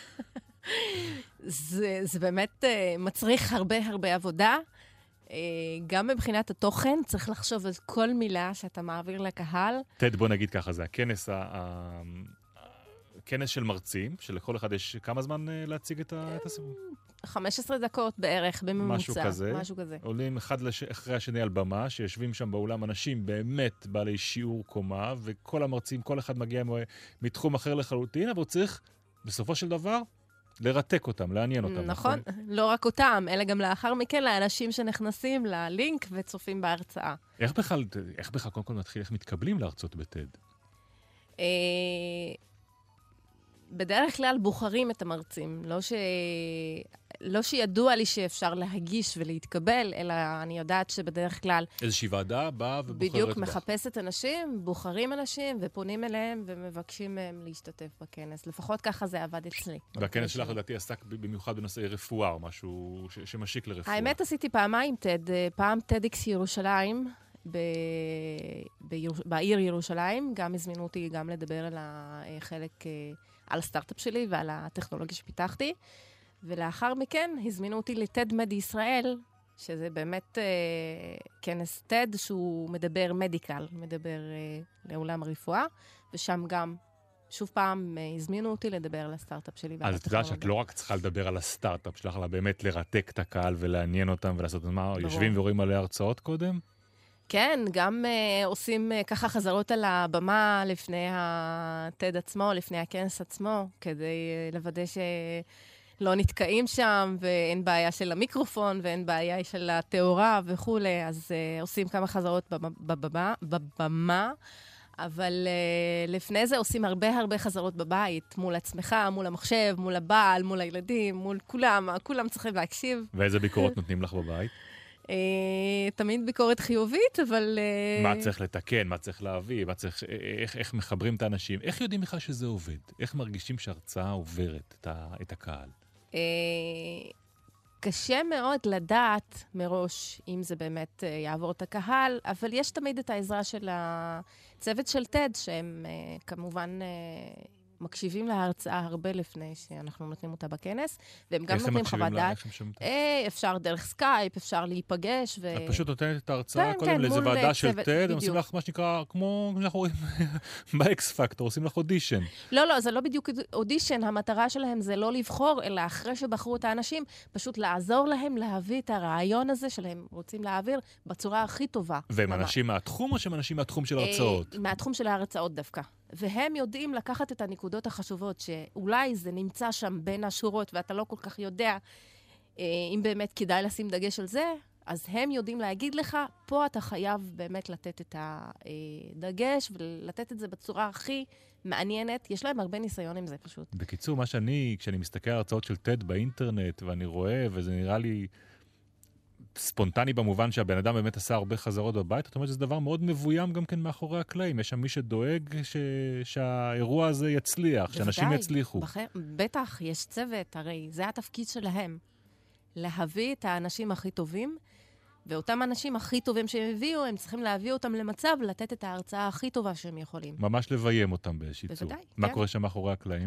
זה, זה באמת uh, מצריך הרבה הרבה עבודה. Uh, גם מבחינת התוכן, צריך לחשוב על כל מילה שאתה מעביר לקהל. טד, בוא נגיד ככה, זה הכנס, ה, ה, הכנס של מרצים, שלכל אחד יש כמה זמן uh, להציג את, ה, את הסיפור? חמש עשרה דקות בערך, בממוצע. משהו כזה. משהו כזה. עולים אחד לש... אחרי השני על במה, שיושבים שם באולם אנשים באמת בעלי שיעור קומה, וכל המרצים, כל אחד מגיע מתחום אחר לחלוטין, אבל הוא צריך בסופו של דבר לרתק אותם, לעניין אותם. נכון, לא רק אותם, אלא גם לאחר מכן לאנשים שנכנסים ללינק וצופים בהרצאה. איך בכלל, איך בכלל קודם כל מתחיל, איך מתקבלים להרצות בטד? בדרך כלל בוחרים את המרצים, לא ש... לא שידוע לי שאפשר להגיש ולהתקבל, אלא אני יודעת שבדרך כלל... איזושהי ועדה באה ובוחרת בה. בדיוק, מחפשת אנשים, בוחרים אנשים ופונים אליהם ומבקשים מהם להשתתף בכנס. לפחות ככה זה עבד אצלי. והכנס שלך לדעתי עסק במיוחד בנושאי רפואה, או משהו ש- שמשיק לרפואה. האמת עשיתי פעמיים טד, פעם טדיקס ירושלים, ב... ביר... בעיר ירושלים, גם הזמינו אותי גם לדבר על החלק, על הסטארט-אפ שלי ועל הטכנולוגיה שפיתחתי. ולאחר מכן הזמינו אותי לטד מד ישראל, שזה באמת אה, כנס טד שהוא מדבר מדיקל, מדבר אה, לעולם הרפואה, ושם גם, שוב פעם, אה, הזמינו אותי לדבר על הסטארט-אפ שלי. אז את יודעת שאת לא רק צריכה לדבר על הסטארט-אפ שלך, אלא באמת לרתק את הקהל ולעניין אותם ולעשות מה, יושבים ורואים עליה הרצאות קודם? כן, גם אה, עושים אה, ככה חזרות על הבמה לפני הטד עצמו, לפני הכנס עצמו, כדי אה, לוודא ש... לא נתקעים שם, ואין בעיה של המיקרופון, ואין בעיה של התאורה וכולי, אז uh, עושים כמה חזרות בבמה, בבמה, אבל uh, לפני זה עושים הרבה הרבה חזרות בבית, מול עצמך, מול המחשב, מול הבעל, מול הילדים, מול כולם, כולם צריכים להקשיב. ואיזה ביקורות נותנים לך בבית? Uh, תמיד ביקורת חיובית, אבל... Uh... מה צריך לתקן, מה צריך להביא, מה צריך, איך, איך מחברים את האנשים, איך יודעים בכלל שזה עובד? איך מרגישים שההרצאה עוברת את, ה, את הקהל? קשה מאוד לדעת מראש אם זה באמת יעבור את הקהל, אבל יש תמיד את העזרה של הצוות של טד, שהם כמובן מקשיבים להרצאה הרבה לפני שאנחנו נותנים אותה בכנס, והם גם נותנים חוות דעת. אפשר דרך סקייפ, אפשר להיפגש. את פשוט נותנת את ההרצאה קודם לאיזו ועדה של טד, הם עושים לך מה שנקרא, כמו אנחנו רואים באקס פקטור, עושים לך אודישן. לא, לא, זה לא בדיוק אודישן, המטרה שלהם זה לא לבחור, אלא אחרי שבחרו את האנשים, פשוט לעזור להם להביא את הרעיון הזה שלהם רוצים להעביר בצורה הכי טובה. והם אנשים מהתחום או שהם אנשים מהתחום של ההרצאות? מהתחום של ההרצאות דווקא. והם יודעים לקחת את הנקודות החשובות, שאולי זה נמצא שם בין השורות, ואתה לא כל כך יודע אה, אם באמת כדאי לשים דגש על זה, אז הם יודעים להגיד לך, פה אתה חייב באמת לתת את הדגש, ולתת את זה בצורה הכי מעניינת. יש להם הרבה ניסיון עם זה פשוט. בקיצור, מה שאני, כשאני מסתכל על הרצאות של טד באינטרנט, ואני רואה, וזה נראה לי ספונטני במובן שהבן אדם באמת עשה הרבה חזרות בבית, זאת אומרת שזה דבר מאוד מבוים גם כן מאחורי הקלעים. יש שם מי שדואג ש... שהאירוע הזה יצליח, שאנשים יצליחו. בח... בטח, יש צוות, הרי זה התפקיד שלהם. להביא את האנשים הכי טובים, ואותם אנשים הכי טובים שהם הביאו, הם צריכים להביא אותם למצב, לתת את ההרצאה הכי טובה שהם יכולים. ממש לביים אותם באיזושהי צור. בוודאי, מה כן. קורה שם מאחורי הקלעים?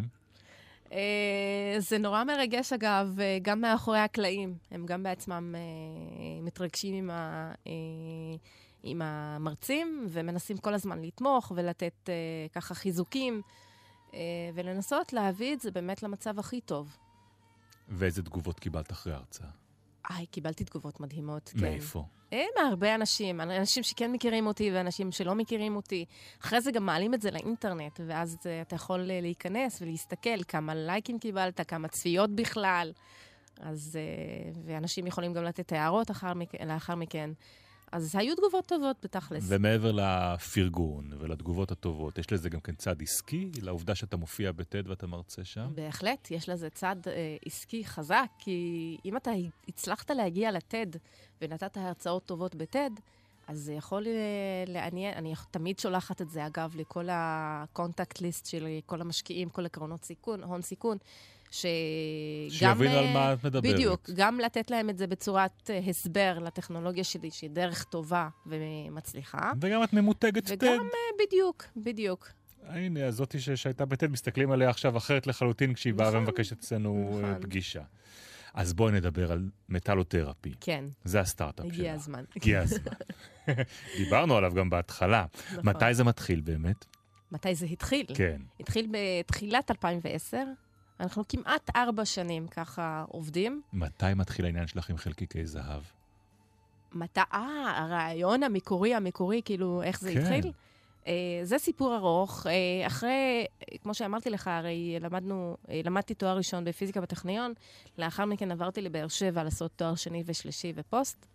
זה נורא מרגש, אגב, גם מאחורי הקלעים. הם גם בעצמם מתרגשים עם, ה, עם המרצים, ומנסים כל הזמן לתמוך ולתת ככה חיזוקים, ולנסות להביא את זה באמת למצב הכי טוב. ואיזה תגובות קיבלת אחרי ההרצאה? איי, קיבלתי תגובות מדהימות. מאיפה? כן. מהרבה אנשים, אנשים שכן מכירים אותי ואנשים שלא מכירים אותי. אחרי זה גם מעלים את זה לאינטרנט, ואז אתה יכול להיכנס ולהסתכל כמה לייקים קיבלת, כמה צפיות בכלל. אז, ואנשים יכולים גם לתת הערות לאחר מכן. אז היו תגובות טובות בתכלס. ומעבר לפרגון ולתגובות הטובות, יש לזה גם כן צד עסקי, לעובדה שאתה מופיע בטד ואתה מרצה שם? בהחלט, יש לזה צד אה, עסקי חזק, כי אם אתה הצלחת להגיע לטד ונתת הרצאות טובות בטד, אז זה יכול לעניין, אני תמיד שולחת את זה אגב לכל הקונטקט ליסט שלי, כל המשקיעים, כל עקרונות סיכון, הון סיכון, שיבין על מה את מדברת. בדיוק, גם לתת להם את זה בצורת הסבר לטכנולוגיה שלי, שהיא דרך טובה ומצליחה. וגם את ממותגת טד. וגם בדיוק, בדיוק. הנה, הזאתי שהייתה בטד, מסתכלים עליה עכשיו אחרת לחלוטין, כשהיא באה ומבקשת אצלנו פגישה. אז בואי נדבר על מטלותרפי. כן. זה הסטארט-אפ שלה. הגיע הזמן. הגיע הזמן. דיברנו עליו גם בהתחלה. מתי זה מתחיל באמת? מתי זה התחיל? כן. התחיל בתחילת אלפיים ועשר. אנחנו כמעט ארבע שנים ככה עובדים. מתי מתחיל העניין שלך עם חלקיקי זהב? מתי, אה, הרעיון המקורי, המקורי, כאילו, איך זה כן. התחיל? זה סיפור ארוך. אחרי, כמו שאמרתי לך, הרי למדנו, למדתי תואר ראשון בפיזיקה בטכניון, לאחר מכן עברתי לבאר שבע לעשות תואר שני ושלישי ופוסט.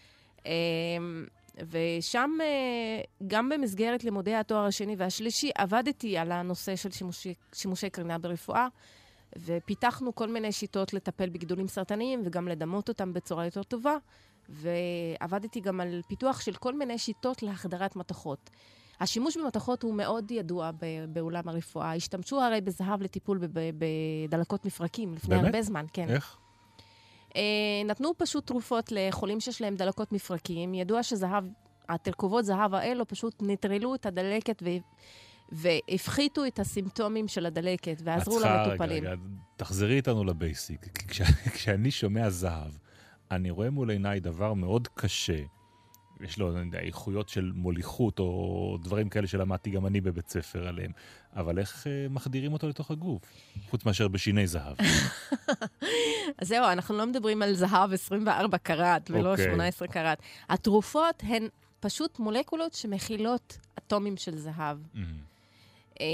ושם, גם במסגרת לימודי התואר השני והשלישי, עבדתי על הנושא של שימושי, שימושי קרינה ברפואה, ופיתחנו כל מיני שיטות לטפל בגידולים סרטניים, וגם לדמות אותם בצורה יותר טובה, ועבדתי גם על פיתוח של כל מיני שיטות להחדרת מתכות. השימוש במתכות הוא מאוד ידוע בעולם הרפואה. השתמשו הרי בזהב לטיפול בדלקות מפרקים, לפני הרבה זמן, כן. איך? נתנו פשוט תרופות לחולים שיש להם דלקות מפרקים. ידוע שזהב, התרכובות זהב האלו פשוט נטרלו את הדלקת ו... והפחיתו את הסימפטומים של הדלקת, ועזרו למטופלים. רגע, רגע, תחזרי איתנו לבייסיק. כש... כשאני שומע זהב, אני רואה מול עיניי דבר מאוד קשה. יש לו איכויות של מוליכות, או דברים כאלה שלמדתי גם אני בבית ספר עליהם. אבל איך אה, מחדירים אותו לתוך הגוף? חוץ מאשר בשיני זהב. אז זהו, אנחנו לא מדברים על זהב עשרים וארבע קראט, ולא okay. שמונה עשרה קראט. התרופות הן פשוט מולקולות שמכילות אטומים של זהב. Mm-hmm. אה,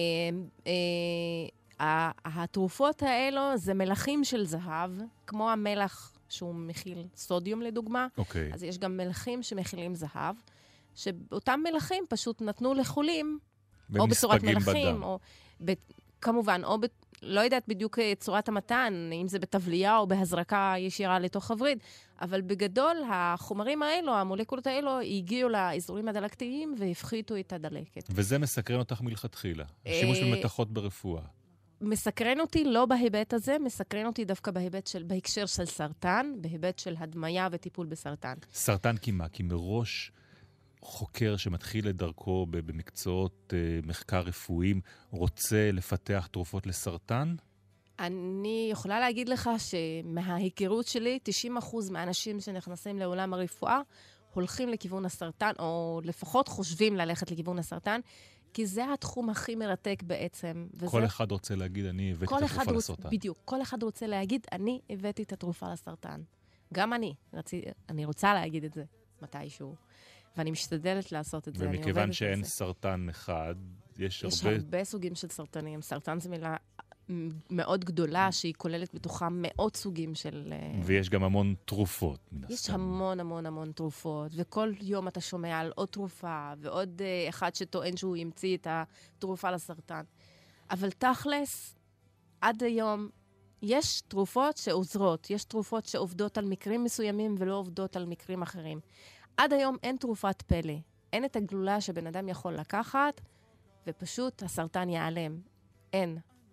אה, התרופות האלו זה מלחים של זהב, כמו המלח שהוא מכיל סודיום לדוגמה. Okay. אז יש גם מלחים שמכילים זהב, שאותם מלחים פשוט נתנו לחולים, או בצורת מלחים, בדם. או ב, כמובן, או ב, לא יודעת בדיוק צורת המתן, אם זה בתבליה או בהזרקה ישירה לתוך הווריד, אבל בגדול החומרים האלו, המולקולות האלו, הגיעו לאזורים הדלקתיים והפחיתו את הדלקת. וזה מסקרן אותך מלכתחילה, השימוש במתכות ברפואה. מסקרן אותי לא בהיבט הזה, מסקרן אותי דווקא בהיבט של, בהקשר של סרטן, בהיבט של הדמיה וטיפול בסרטן. סרטן כי מה? כי מראש חוקר שמתחיל את דרכו במקצועות מחקר רפואיים רוצה לפתח תרופות לסרטן? אני יכולה להגיד לך שמההיכרות שלי, תשעים אחוז מהאנשים שנכנסים לעולם הרפואה הולכים לכיוון הסרטן, או לפחות חושבים ללכת לכיוון הסרטן, כי זה התחום הכי מרתק בעצם. כל וזה... אחד רוצה להגיד, אני הבאתי את התרופה רוצ... לסרטן. בדיוק, כל אחד רוצה להגיד, אני הבאתי את התרופה לסרטן. גם אני, רצי... אני רוצה להגיד את זה מתישהו, ואני משתדלת לעשות את זה. ומכיוון שאין סרטן אחד, יש, יש הרבה... יש הרבה סוגים של סרטנים. סרטן זו מילה מאוד גדולה, שהיא כוללת בתוכה מאות סוגים של... ויש גם המון תרופות. יש המון המון המון תרופות, וכל יום אתה שומע על עוד תרופה, ועוד uh, אחד שטוען שהוא ימציא את התרופה לסרטן. אבל תכלס, עד היום, יש תרופות שעוזרות, יש תרופות שעובדות על מקרים מסוימים, ולא עובדות על מקרים אחרים. עד היום אין תרופת פלא. אין את הגלולה שבן אדם יכול לקחת, ופשוט הסרטן ייעלם. אין.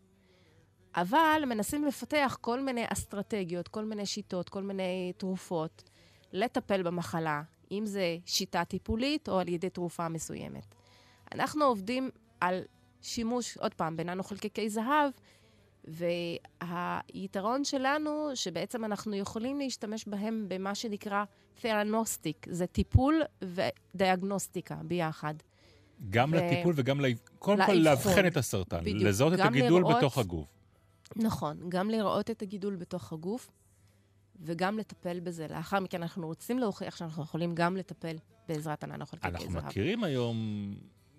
אבל מנסים לפתח כל מיני אסטרטגיות, כל מיני שיטות, כל מיני תרופות, לטפל במחלה, אם זה שיטה טיפולית או על ידי תרופה מסוימת. אנחנו עובדים על שימוש, עוד פעם, בננו חלקיקי זהב, והיתרון שלנו, שבעצם אנחנו יכולים להשתמש בהם במה שנקרא תרנוסטיק, זה טיפול ודיאגנוסטיקה ביחד. גם ו... לטיפול וגם לה... קודם כל להבחן את הסרטן, בדיוק, לזהות את הגידול לראות... בתוך הגוף. נכון, גם לראות את הגידול בתוך הגוף, וגם לטפל בזה. לאחר מכן אנחנו רוצים להוכיח שאנחנו יכולים גם לטפל בעזרת הננו חלקיקי זהב. אנחנו מכירים היום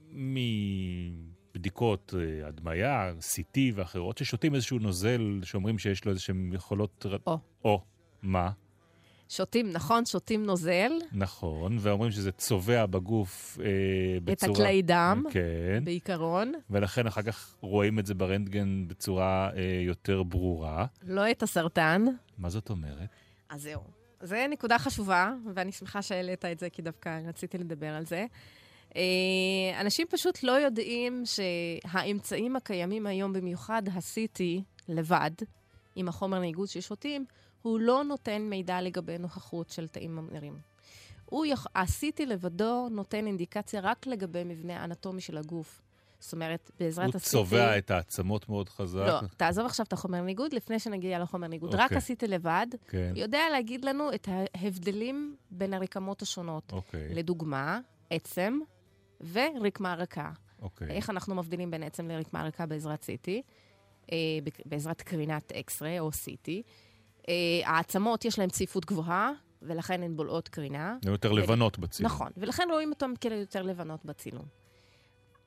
מבדיקות הדמיה, סי טי ואחרות, ששותים איזשהו נוזל שאומרים שיש לו איזשהם יכולות... או. או, מה? שותים, נכון, שותים נוזל. נכון, ואומרים שזה צובע בגוף אה, בצורה... את הכלי דם, כן. בעיקרון. ולכן אחר כך רואים את זה ברנטגן בצורה אה, יותר ברורה. לא את הסרטן. מה זאת אומרת? אז זהו. זה נקודה חשובה, ואני שמחה שהעלית את זה, כי דווקא רציתי לדבר על זה. אה, אנשים פשוט לא יודעים שהאמצעים הקיימים היום, במיוחד ה-סי טי לבד, עם החומר ניגוד ששותים, הוא לא נותן מידע לגבי נוכחות של תאים ממאירים. ה-סי טי לבדו נותן אינדיקציה רק לגבי מבנה האנטומי של הגוף. זאת אומרת, בעזרת ה-סי טי... הוא צובע את העצמות מאוד חזק. לא, תעזוב עכשיו את החומר ניגוד, לפני שנגיע לחומר ניגוד. רק ה-סי טי לבד יודע להגיד לנו את ההבדלים בין הרקמות השונות. לדוגמה, עצם ורקמה רכה. איך אנחנו מבדילים בין עצם לרקמה רכה בעזרת סי טי? בעזרת קרינת אקס-ריי או סי טי. העצמות יש להן צפיפות גבוהה, ולכן הן בולעות קרינה. הן יותר לבנות בצילום. נכון, ולכן רואים אותן כאלה יותר לבנות בצילום.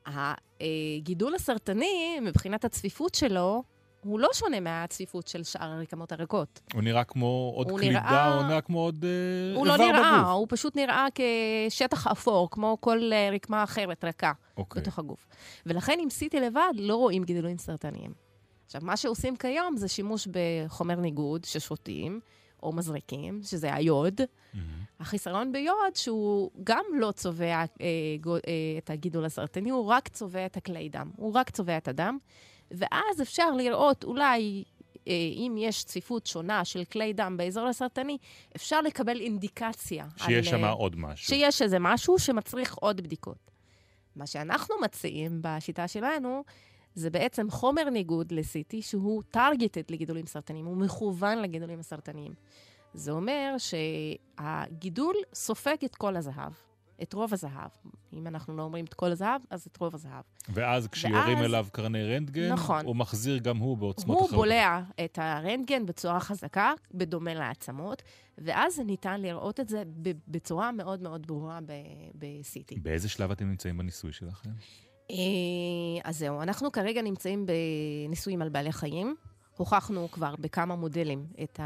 הגידול הסרטני, מבחינת הצפיפות שלו, הוא לא שונה מהצפיפות של שאר הרקמות הריקות. הוא נראה כמו עוד קלידה, נראה... הוא נראה כמו עוד אה, הוא איבר לא נראה, בגוף. הוא פשוט נראה כשטח אפור, כמו כל אה, רקמה אחרת ריקה אוקיי. בתוך הגוף. ולכן עם סי טי לבד לא רואים גידולים סרטניים. עכשיו, מה שעושים כיום זה שימוש בחומר ניגוד ששותים, או מזריקים, שזה היוד. Mm-hmm. החיסרון ביוד שהוא גם לא צובע אה, גו, אה, את הגידול הסרטני, הוא רק צובע את הכלי דם. הוא רק צובע את הדם. ואז אפשר לראות אולי, אה, אם יש צפיפות שונה של כלי דם באזור הסרטני, אפשר לקבל אינדיקציה. שיש על, שם עוד משהו. שיש איזה משהו שמצריך עוד בדיקות. מה שאנחנו מציעים בשיטה שלנו, זה בעצם חומר ניגוד ל-סי טי, שהוא targeted לגידולים סרטניים, הוא מכוון לגידולים הסרטניים. זה אומר שהגידול סופג את כל הזהב, את רוב הזהב. אם אנחנו לא אומרים את כל הזהב, אז את רוב הזהב. ואז כשיורים ואז... אליו קרני רנטגן, נכון. הוא מחזיר גם הוא בעוצמות הוא אחרות. הוא בולע את הרנטגן בצורה חזקה, בדומה לעצמות, ואז ניתן לראות את זה בצורה מאוד מאוד ברורה ב-סי טי. באיזה שלב אתם נמצאים בניסוי שלכם? אז זהו, אנחנו כרגע נמצאים בניסויים על בעלי חיים. הוכחנו כבר בכמה מודלים את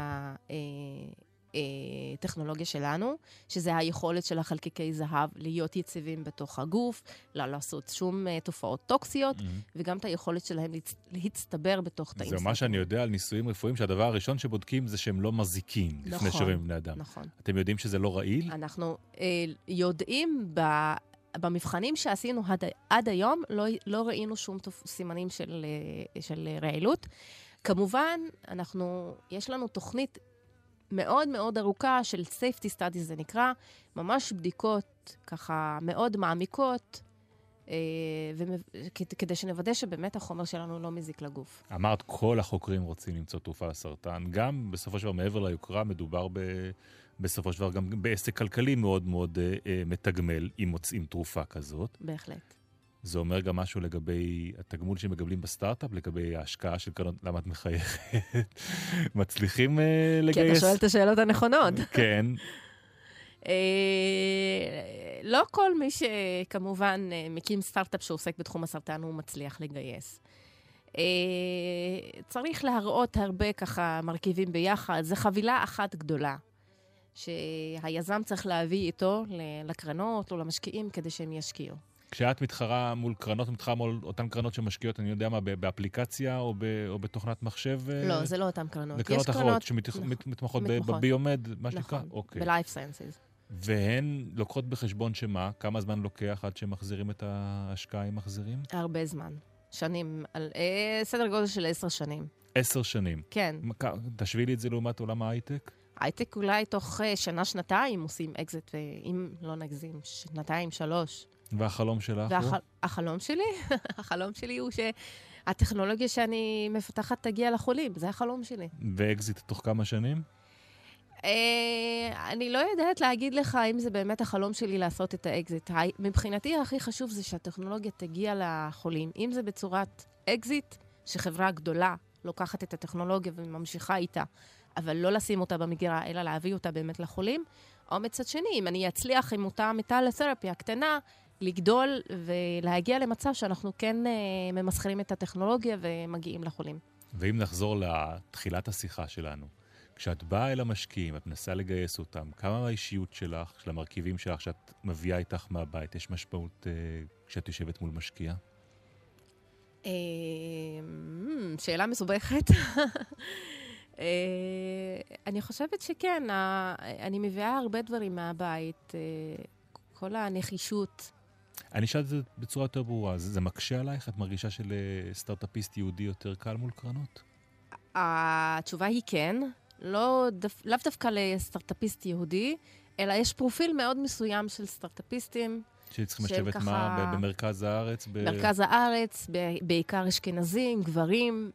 הטכנולוגיה שלנו, שזה היכולת של החלקיקי זהב להיות יציבים בתוך הגוף, לא לעשות שום תופעות טוקסיות, וגם את היכולת שלהם להצטבר בתוך תאים. זה מה שאני יודע על ניסויים רפואיים, שהדבר הראשון שבודקים זה שהם לא מזיקים לפני שרים בני אדם. נכון. אתם יודעים שזה לא רעיל? אנחנו יודעים ב... במבחנים שעשינו עד, עד היום, לא, לא ראינו שום תופ... סימנים של, של רעילות. כמובן, אנחנו, יש לנו תוכנית מאוד מאוד ארוכה של safety studies, זה נקרא, ממש בדיקות ככה מאוד מעמיקות, אה, ומ... כדי שנוודא שבאמת החומר שלנו לא מזיק לגוף. אמרת, כל החוקרים רוצים למצוא תרופה לסרטן. גם בסופו של דבר, מעבר ליוקרה, מדובר ב... בסופו של דבר גם בעסק כלכלי מאוד מאוד אה, אה, מתגמל, אם מוצאים תרופה כזאת. בהחלט. זה אומר גם משהו לגבי התגמול שמקבלים בסטארט-אפ, לגבי ההשקעה של קרנות, למה את מחייכת? מצליחים אה, לגייס? כי אתה שואל את השאלות הנכונות. כן. אה, לא כל מי שכמובן מקים סטארט-אפ שעוסק בתחום הסרטן הוא מצליח לגייס. אה, צריך להראות הרבה ככה מרכיבים ביחד, זה חבילה אחת גדולה. שהיזם צריך להביא איתו לקרנות או למשקיעים כדי שהם ישקיעו. כשאת מתחרה מול קרנות, מתחרה מול אותן קרנות שמשקיעות, אני יודע מה, באפליקציה או, ב, או בתוכנת מחשב? לא, זה לא אותן קרנות. זה קרנות אחרות שמתמחות בביומד, מה שנקרא? נכון, ב-Life Sciences. והן לוקחות בחשבון שמה? כמה זמן לוקח עד שמחזירים את ההשקעה עם מחזירים? הרבה זמן. שנים, על, אה, סדר גודל של עשר שנים. עשר שנים? כן. תשווי לי את זה לעומת עולם ההייטק? הייטק אולי תוך שנה, שנתיים עושים אקזיט, ואם לא נגזים, שנתיים, שלוש. והחלום שלך והח... הוא? החלום שלי? החלום שלי הוא שהטכנולוגיה שאני מפתחת תגיע לחולים, זה החלום שלי. ואקזיט תוך כמה שנים? אה, אני לא יודעת להגיד לך אם זה באמת החלום שלי לעשות את האקזיט. מבחינתי הכי חשוב זה שהטכנולוגיה תגיע לחולים. אם זה בצורת אקזיט, שחברה גדולה לוקחת את הטכנולוגיה וממשיכה איתה, אבל לא לשים אותה במגירה, אלא להביא אותה באמת לחולים. או מצד שני, אם אני אצליח עם אותה מטל-תרפיה הקטנה, לגדול ולהגיע למצב שאנחנו כן אה, ממסחרים את הטכנולוגיה ומגיעים לחולים. ואם נחזור לתחילת השיחה שלנו, כשאת באה אל המשקיעים, את מנסה לגייס אותם, כמה מהאישיות שלך, של המרכיבים שלך, שאת מביאה איתך מהבית, יש משמעות אה, כשאת יושבת מול משקיע? אה, שאלה מסובכת. אני חושבת שכן, אני מביאה הרבה דברים מהבית, כל הנחישות. אני שאלת את זה בצורה יותר ברורה, זה מקשה עלייך? את מרגישה של סטארט-אפיסט יהודי יותר קל מול קרנות? התשובה היא כן, לאו דווקא לסטארט-אפיסט יהודי, אלא יש פרופיל מאוד מסוים של סטארט-אפיסטים. שצריכים לשבת מה? במרכז הארץ? במרכז הארץ, בעיקר אשכנזים, גברים,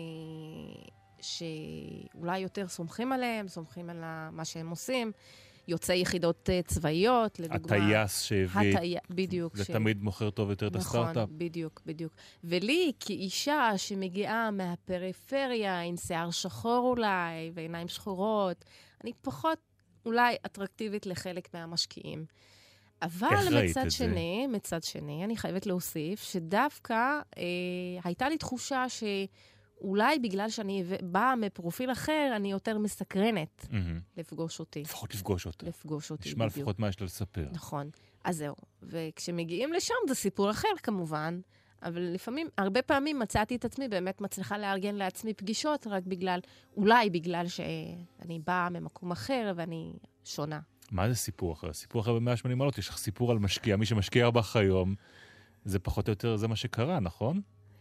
שאולי יותר סומכים עליהם, סומכים על מה שהם עושים, יוצאי יחידות צבאיות, לדוגמה. הטייס שהביא, הטי... בדיוק. זה ש... תמיד מוכר טוב יותר את הסטארט-אפ. נכון, בדיוק, בדיוק. ולי, כאישה שמגיעה מהפריפריה, עם שיער שחור אולי, ועיניים שחורות, אני פחות אולי אטרקטיבית לחלק מהמשקיעים. אבל איך ראית מצד את שני, מצד שני, אני חייבת להוסיף שדווקא אה, הייתה לי תחושה שאולי בגלל שאני באה מפרופיל אחר, אני יותר מסקרנת לפגוש אותי. לפחות לפגוש אותה. לפגוש אותי, נשמע בדיוק. לפחות מה יש לה לספר. נכון. אז זהו. וכשמגיעים לשם זה סיפור אחר כמובן, אבל לפעמים, הרבה פעמים מצאתי את עצמי, באמת מצליחה לארגן לעצמי פגישות, רק בגלל, אולי בגלל שאני באה ממקום אחר ואני שונה. מה זה סיפור אחר? סיפור אחר ב-מאה ושמונים מעלות, יש לך סיפור על משקיע, מי שמשקיע בך היום, זה פחות או יותר, זה מה שקרה, נכון?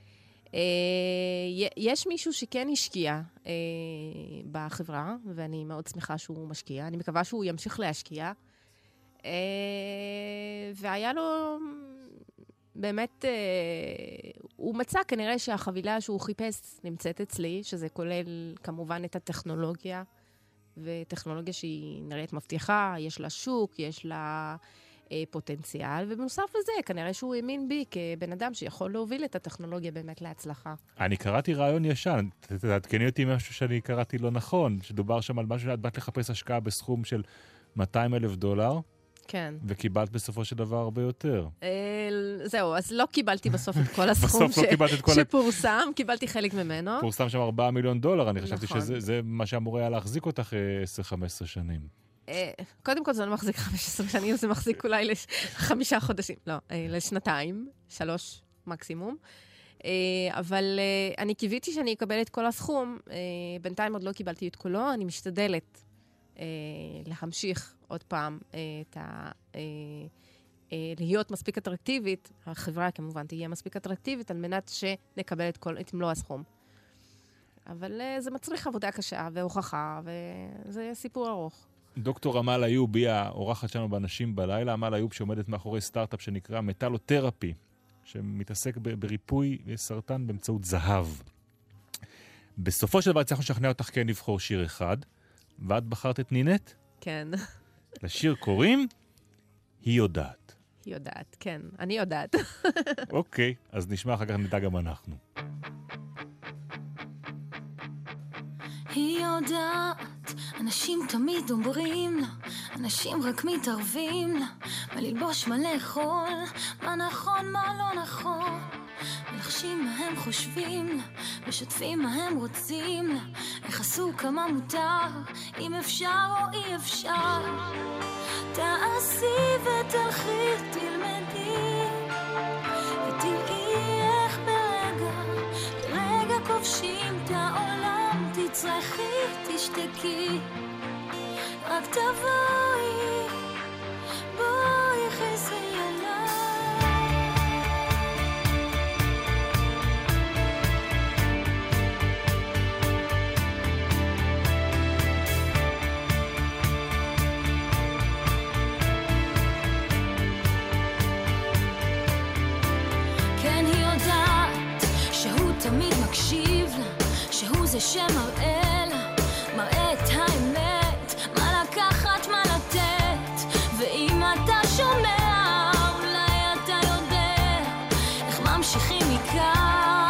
יש מישהו שכן השקיע בחברה, ואני מאוד שמחה שהוא משקיע. אני מקווה שהוא ימשיך להשקיע. והיה לו, באמת, הוא מצא כנראה שהחבילה שהוא חיפש נמצאת אצלי, שזה כולל כמובן את הטכנולוגיה, וטכנולוגיה שהיא נראית מבטיחה, יש לה שוק, יש לה אה, פוטנציאל, ובנוסף לזה, כנראה שהוא האמין בי כבן אדם שיכול להוביל את הטכנולוגיה באמת להצלחה. אני קראתי רעיון ישן, תעדכני אותי משהו שאני קראתי לא נכון, שדובר שם על משהו שאת באת לחפש השקעה בסכום של מאתיים אלף דולר, כן. וקיבלת בסופו של דבר הרבה יותר. אה, זהו, אז לא קיבלתי בסוף את כל הסכום ש... לא קיבלת את כל... שפורסם, קיבלתי חלק ממנו. פורסם שם ארבעה מיליון דולר, אני חשבתי נכון. שזה מה שאמור היה להחזיק אותך עשר חמש עשרה שנים. אה, קודם כל זה לא מחזיק חמש עשרה שנים, זה מחזיק אולי לחמישה חודשים, לא, אה, לשנתיים, שלוש מקסימום. אה, אבל אה, אני קיוויתי שאני אקבל את כל הסכום, אה, בינתיים עוד לא קיבלתי את כולו, אני משתדלת אה, להמשיך עוד פעם אה, את ה... אה, אה, להיות מספיק אטרקטיבית, החברה כמובן תהיה מספיק אטרקטיבית, על מנת שנקבל את, כל, את מלוא הסכום. אבל אה, זה מצריך עבודה קשה והוכחה, וזה סיפור ארוך. דוקטור עמל איוב היא האורחת שלנו באנשים בלילה. עמל איוב שעומדת מאחורי סטארט-אפ שנקרא מטלותרפי, שמתעסק ב- בריפוי סרטן באמצעות זהב. בסופו של דבר הצלחנו לשכנע אותך כן לבחור שיר אחד, ואת בחרת את נינט? כן. לשיר קוראים היא יודעת. היא יודעת, כן. אני יודעת. אוקיי, אז נשמע אחר כך נדע גם אנחנו. היא יודעת, אנשים תמיד אומרים לה, אנשים רק מתערבים לה, מה ללבוש, מה לאכול, מה נכון, מה לא נכון, מלחשים מה הם חושבים לה, משתפים מה הם רוצים לה, איך עשו כמה מותר, אם אפשר או אי אפשר. תעשי ותלכי, תלמדי, ותראי איך ברגע, ברגע כובשים את העולם, תצרכי, תשתקי, רק תבואי, בואי חזרי אליי. כן, היא יודעת שהוא תמיד מקשיב לה, שהוא זה שמראה לה, מראה את האמת, מה לקחת, מה לתת, ואם אתה שומע, אולי אתה יודע, איך ממשיכים מכאן.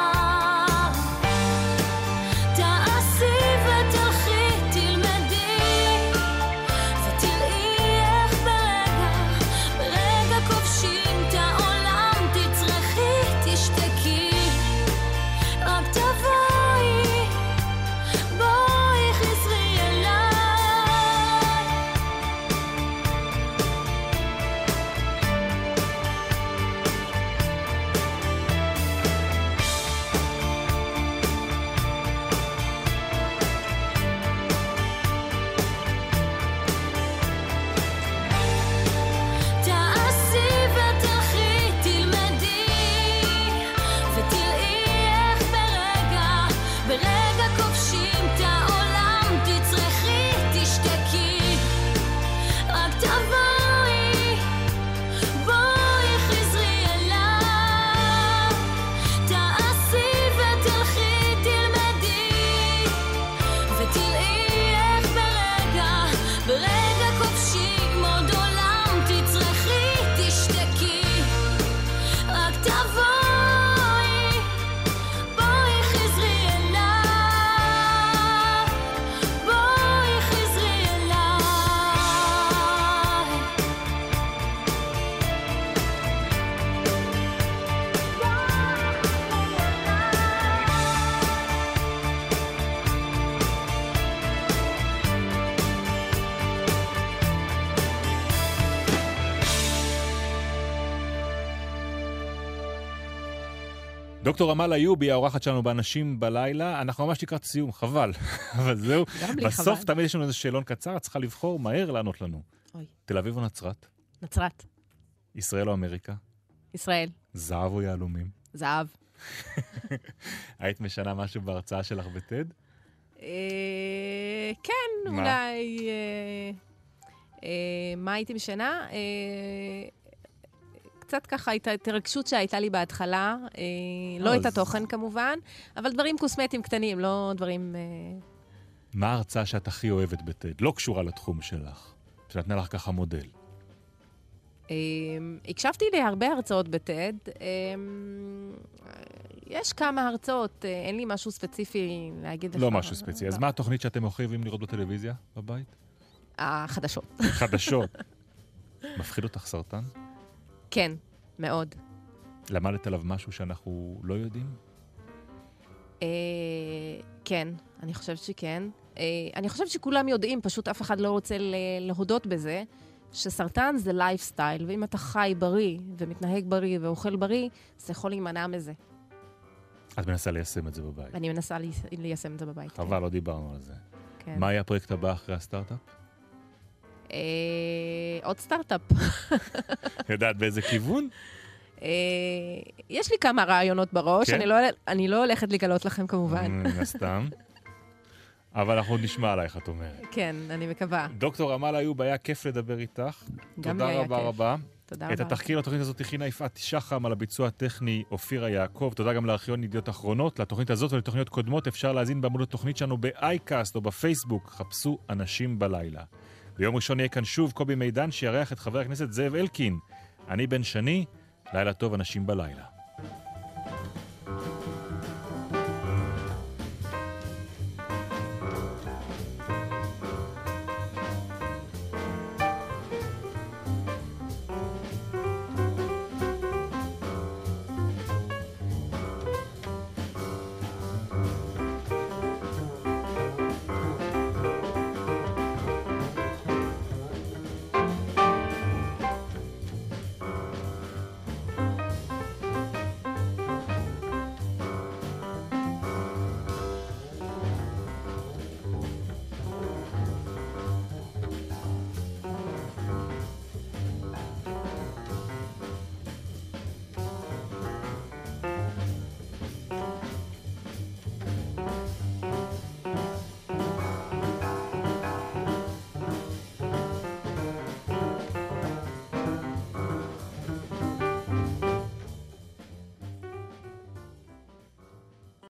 תעשי ותלכי, תלמדי, ותראי איך ברגע, ברגע כובשים את העולם, תצרכי, תשתקי, רק תבואי, בואי חזרי אליי. דוקטור אמל איובי, האורחת שלנו באנשים בלילה, אנחנו ממש לקראת סיום, חבל. אבל זהו, בסוף חבל. תמיד יש לנו איזה שאלון קצר, את צריכה לבחור מהר לענות לנו. אוי. תל אביב או נצרת? נצרת. ישראל או אמריקה? ישראל. זהב או יהלומים? זהב. היית משנה משהו בהרצאה שלך בטד? כן, אולי... מה הייתי משנה? קצת ככה הייתה התרגשות שהייתה לי בהתחלה, לא את התוכן כמובן, אבל דברים קוסמטיים קטנים, לא דברים... מה ההרצאה שאת הכי אוהבת בטד? לא קשורה לתחום שלך, שנתנה לך ככה מודל. הקשבתי להרבה הרצאות בטד, יש כמה הרצאות, אין לי משהו ספציפי להגיד לך. לא משהו ספציפי, אז מה התוכנית שאתם אוהבים לראות בטלוויזיה בבית? החדשות. חדשות. מפחיד אותך סרטן? כן, מאוד. למדת עליו משהו שאנחנו לא יודעים? כן, אני חושבת שכן. אני חושבת שכולם יודעים, פשוט אף אחד לא רוצה להודות בזה, שסרטן זה לייפסטייל, ואם אתה חי בריא ומתנהג בריא ואוכל בריא, זה יכול להימנע מזה. את מנסה ליישם את זה בבית? אני מנסה ליישם את זה בבית. חבל, לא דיברנו על זה. מה היה הפרויקט הבא אחרי הסטארט-אפ? עוד סטארט-אפ. יודעת באיזה כיוון? יש לי כמה רעיונות בראש, אני לא הולכת לגלות לכם כמובן. נסתם. אבל אנחנו נשמע עלייך, את אומרת. כן, אני מקווה. דוקטור אמל איוב, היה כיף לדבר איתך. תודה רבה רבה. תודה רבה. את התחקיר לתוכנית הזאת הכינה יפעת שחם, על הביצוע הטכני אופירה יעקב. תודה גם לארכיון ידיעות אחרונות. לתוכנית הזאת ולתוכניות קודמות אפשר להזין בעמוד התוכנית שלנו באייקאסט או בפייסבוק. חפשו אנשים בלילה. ביום ראשון יהיה כאן שוב קובי מידן שירח את חבר הכנסת זאב אלקין. אני בן שני, לילה טוב אנשים בלילה.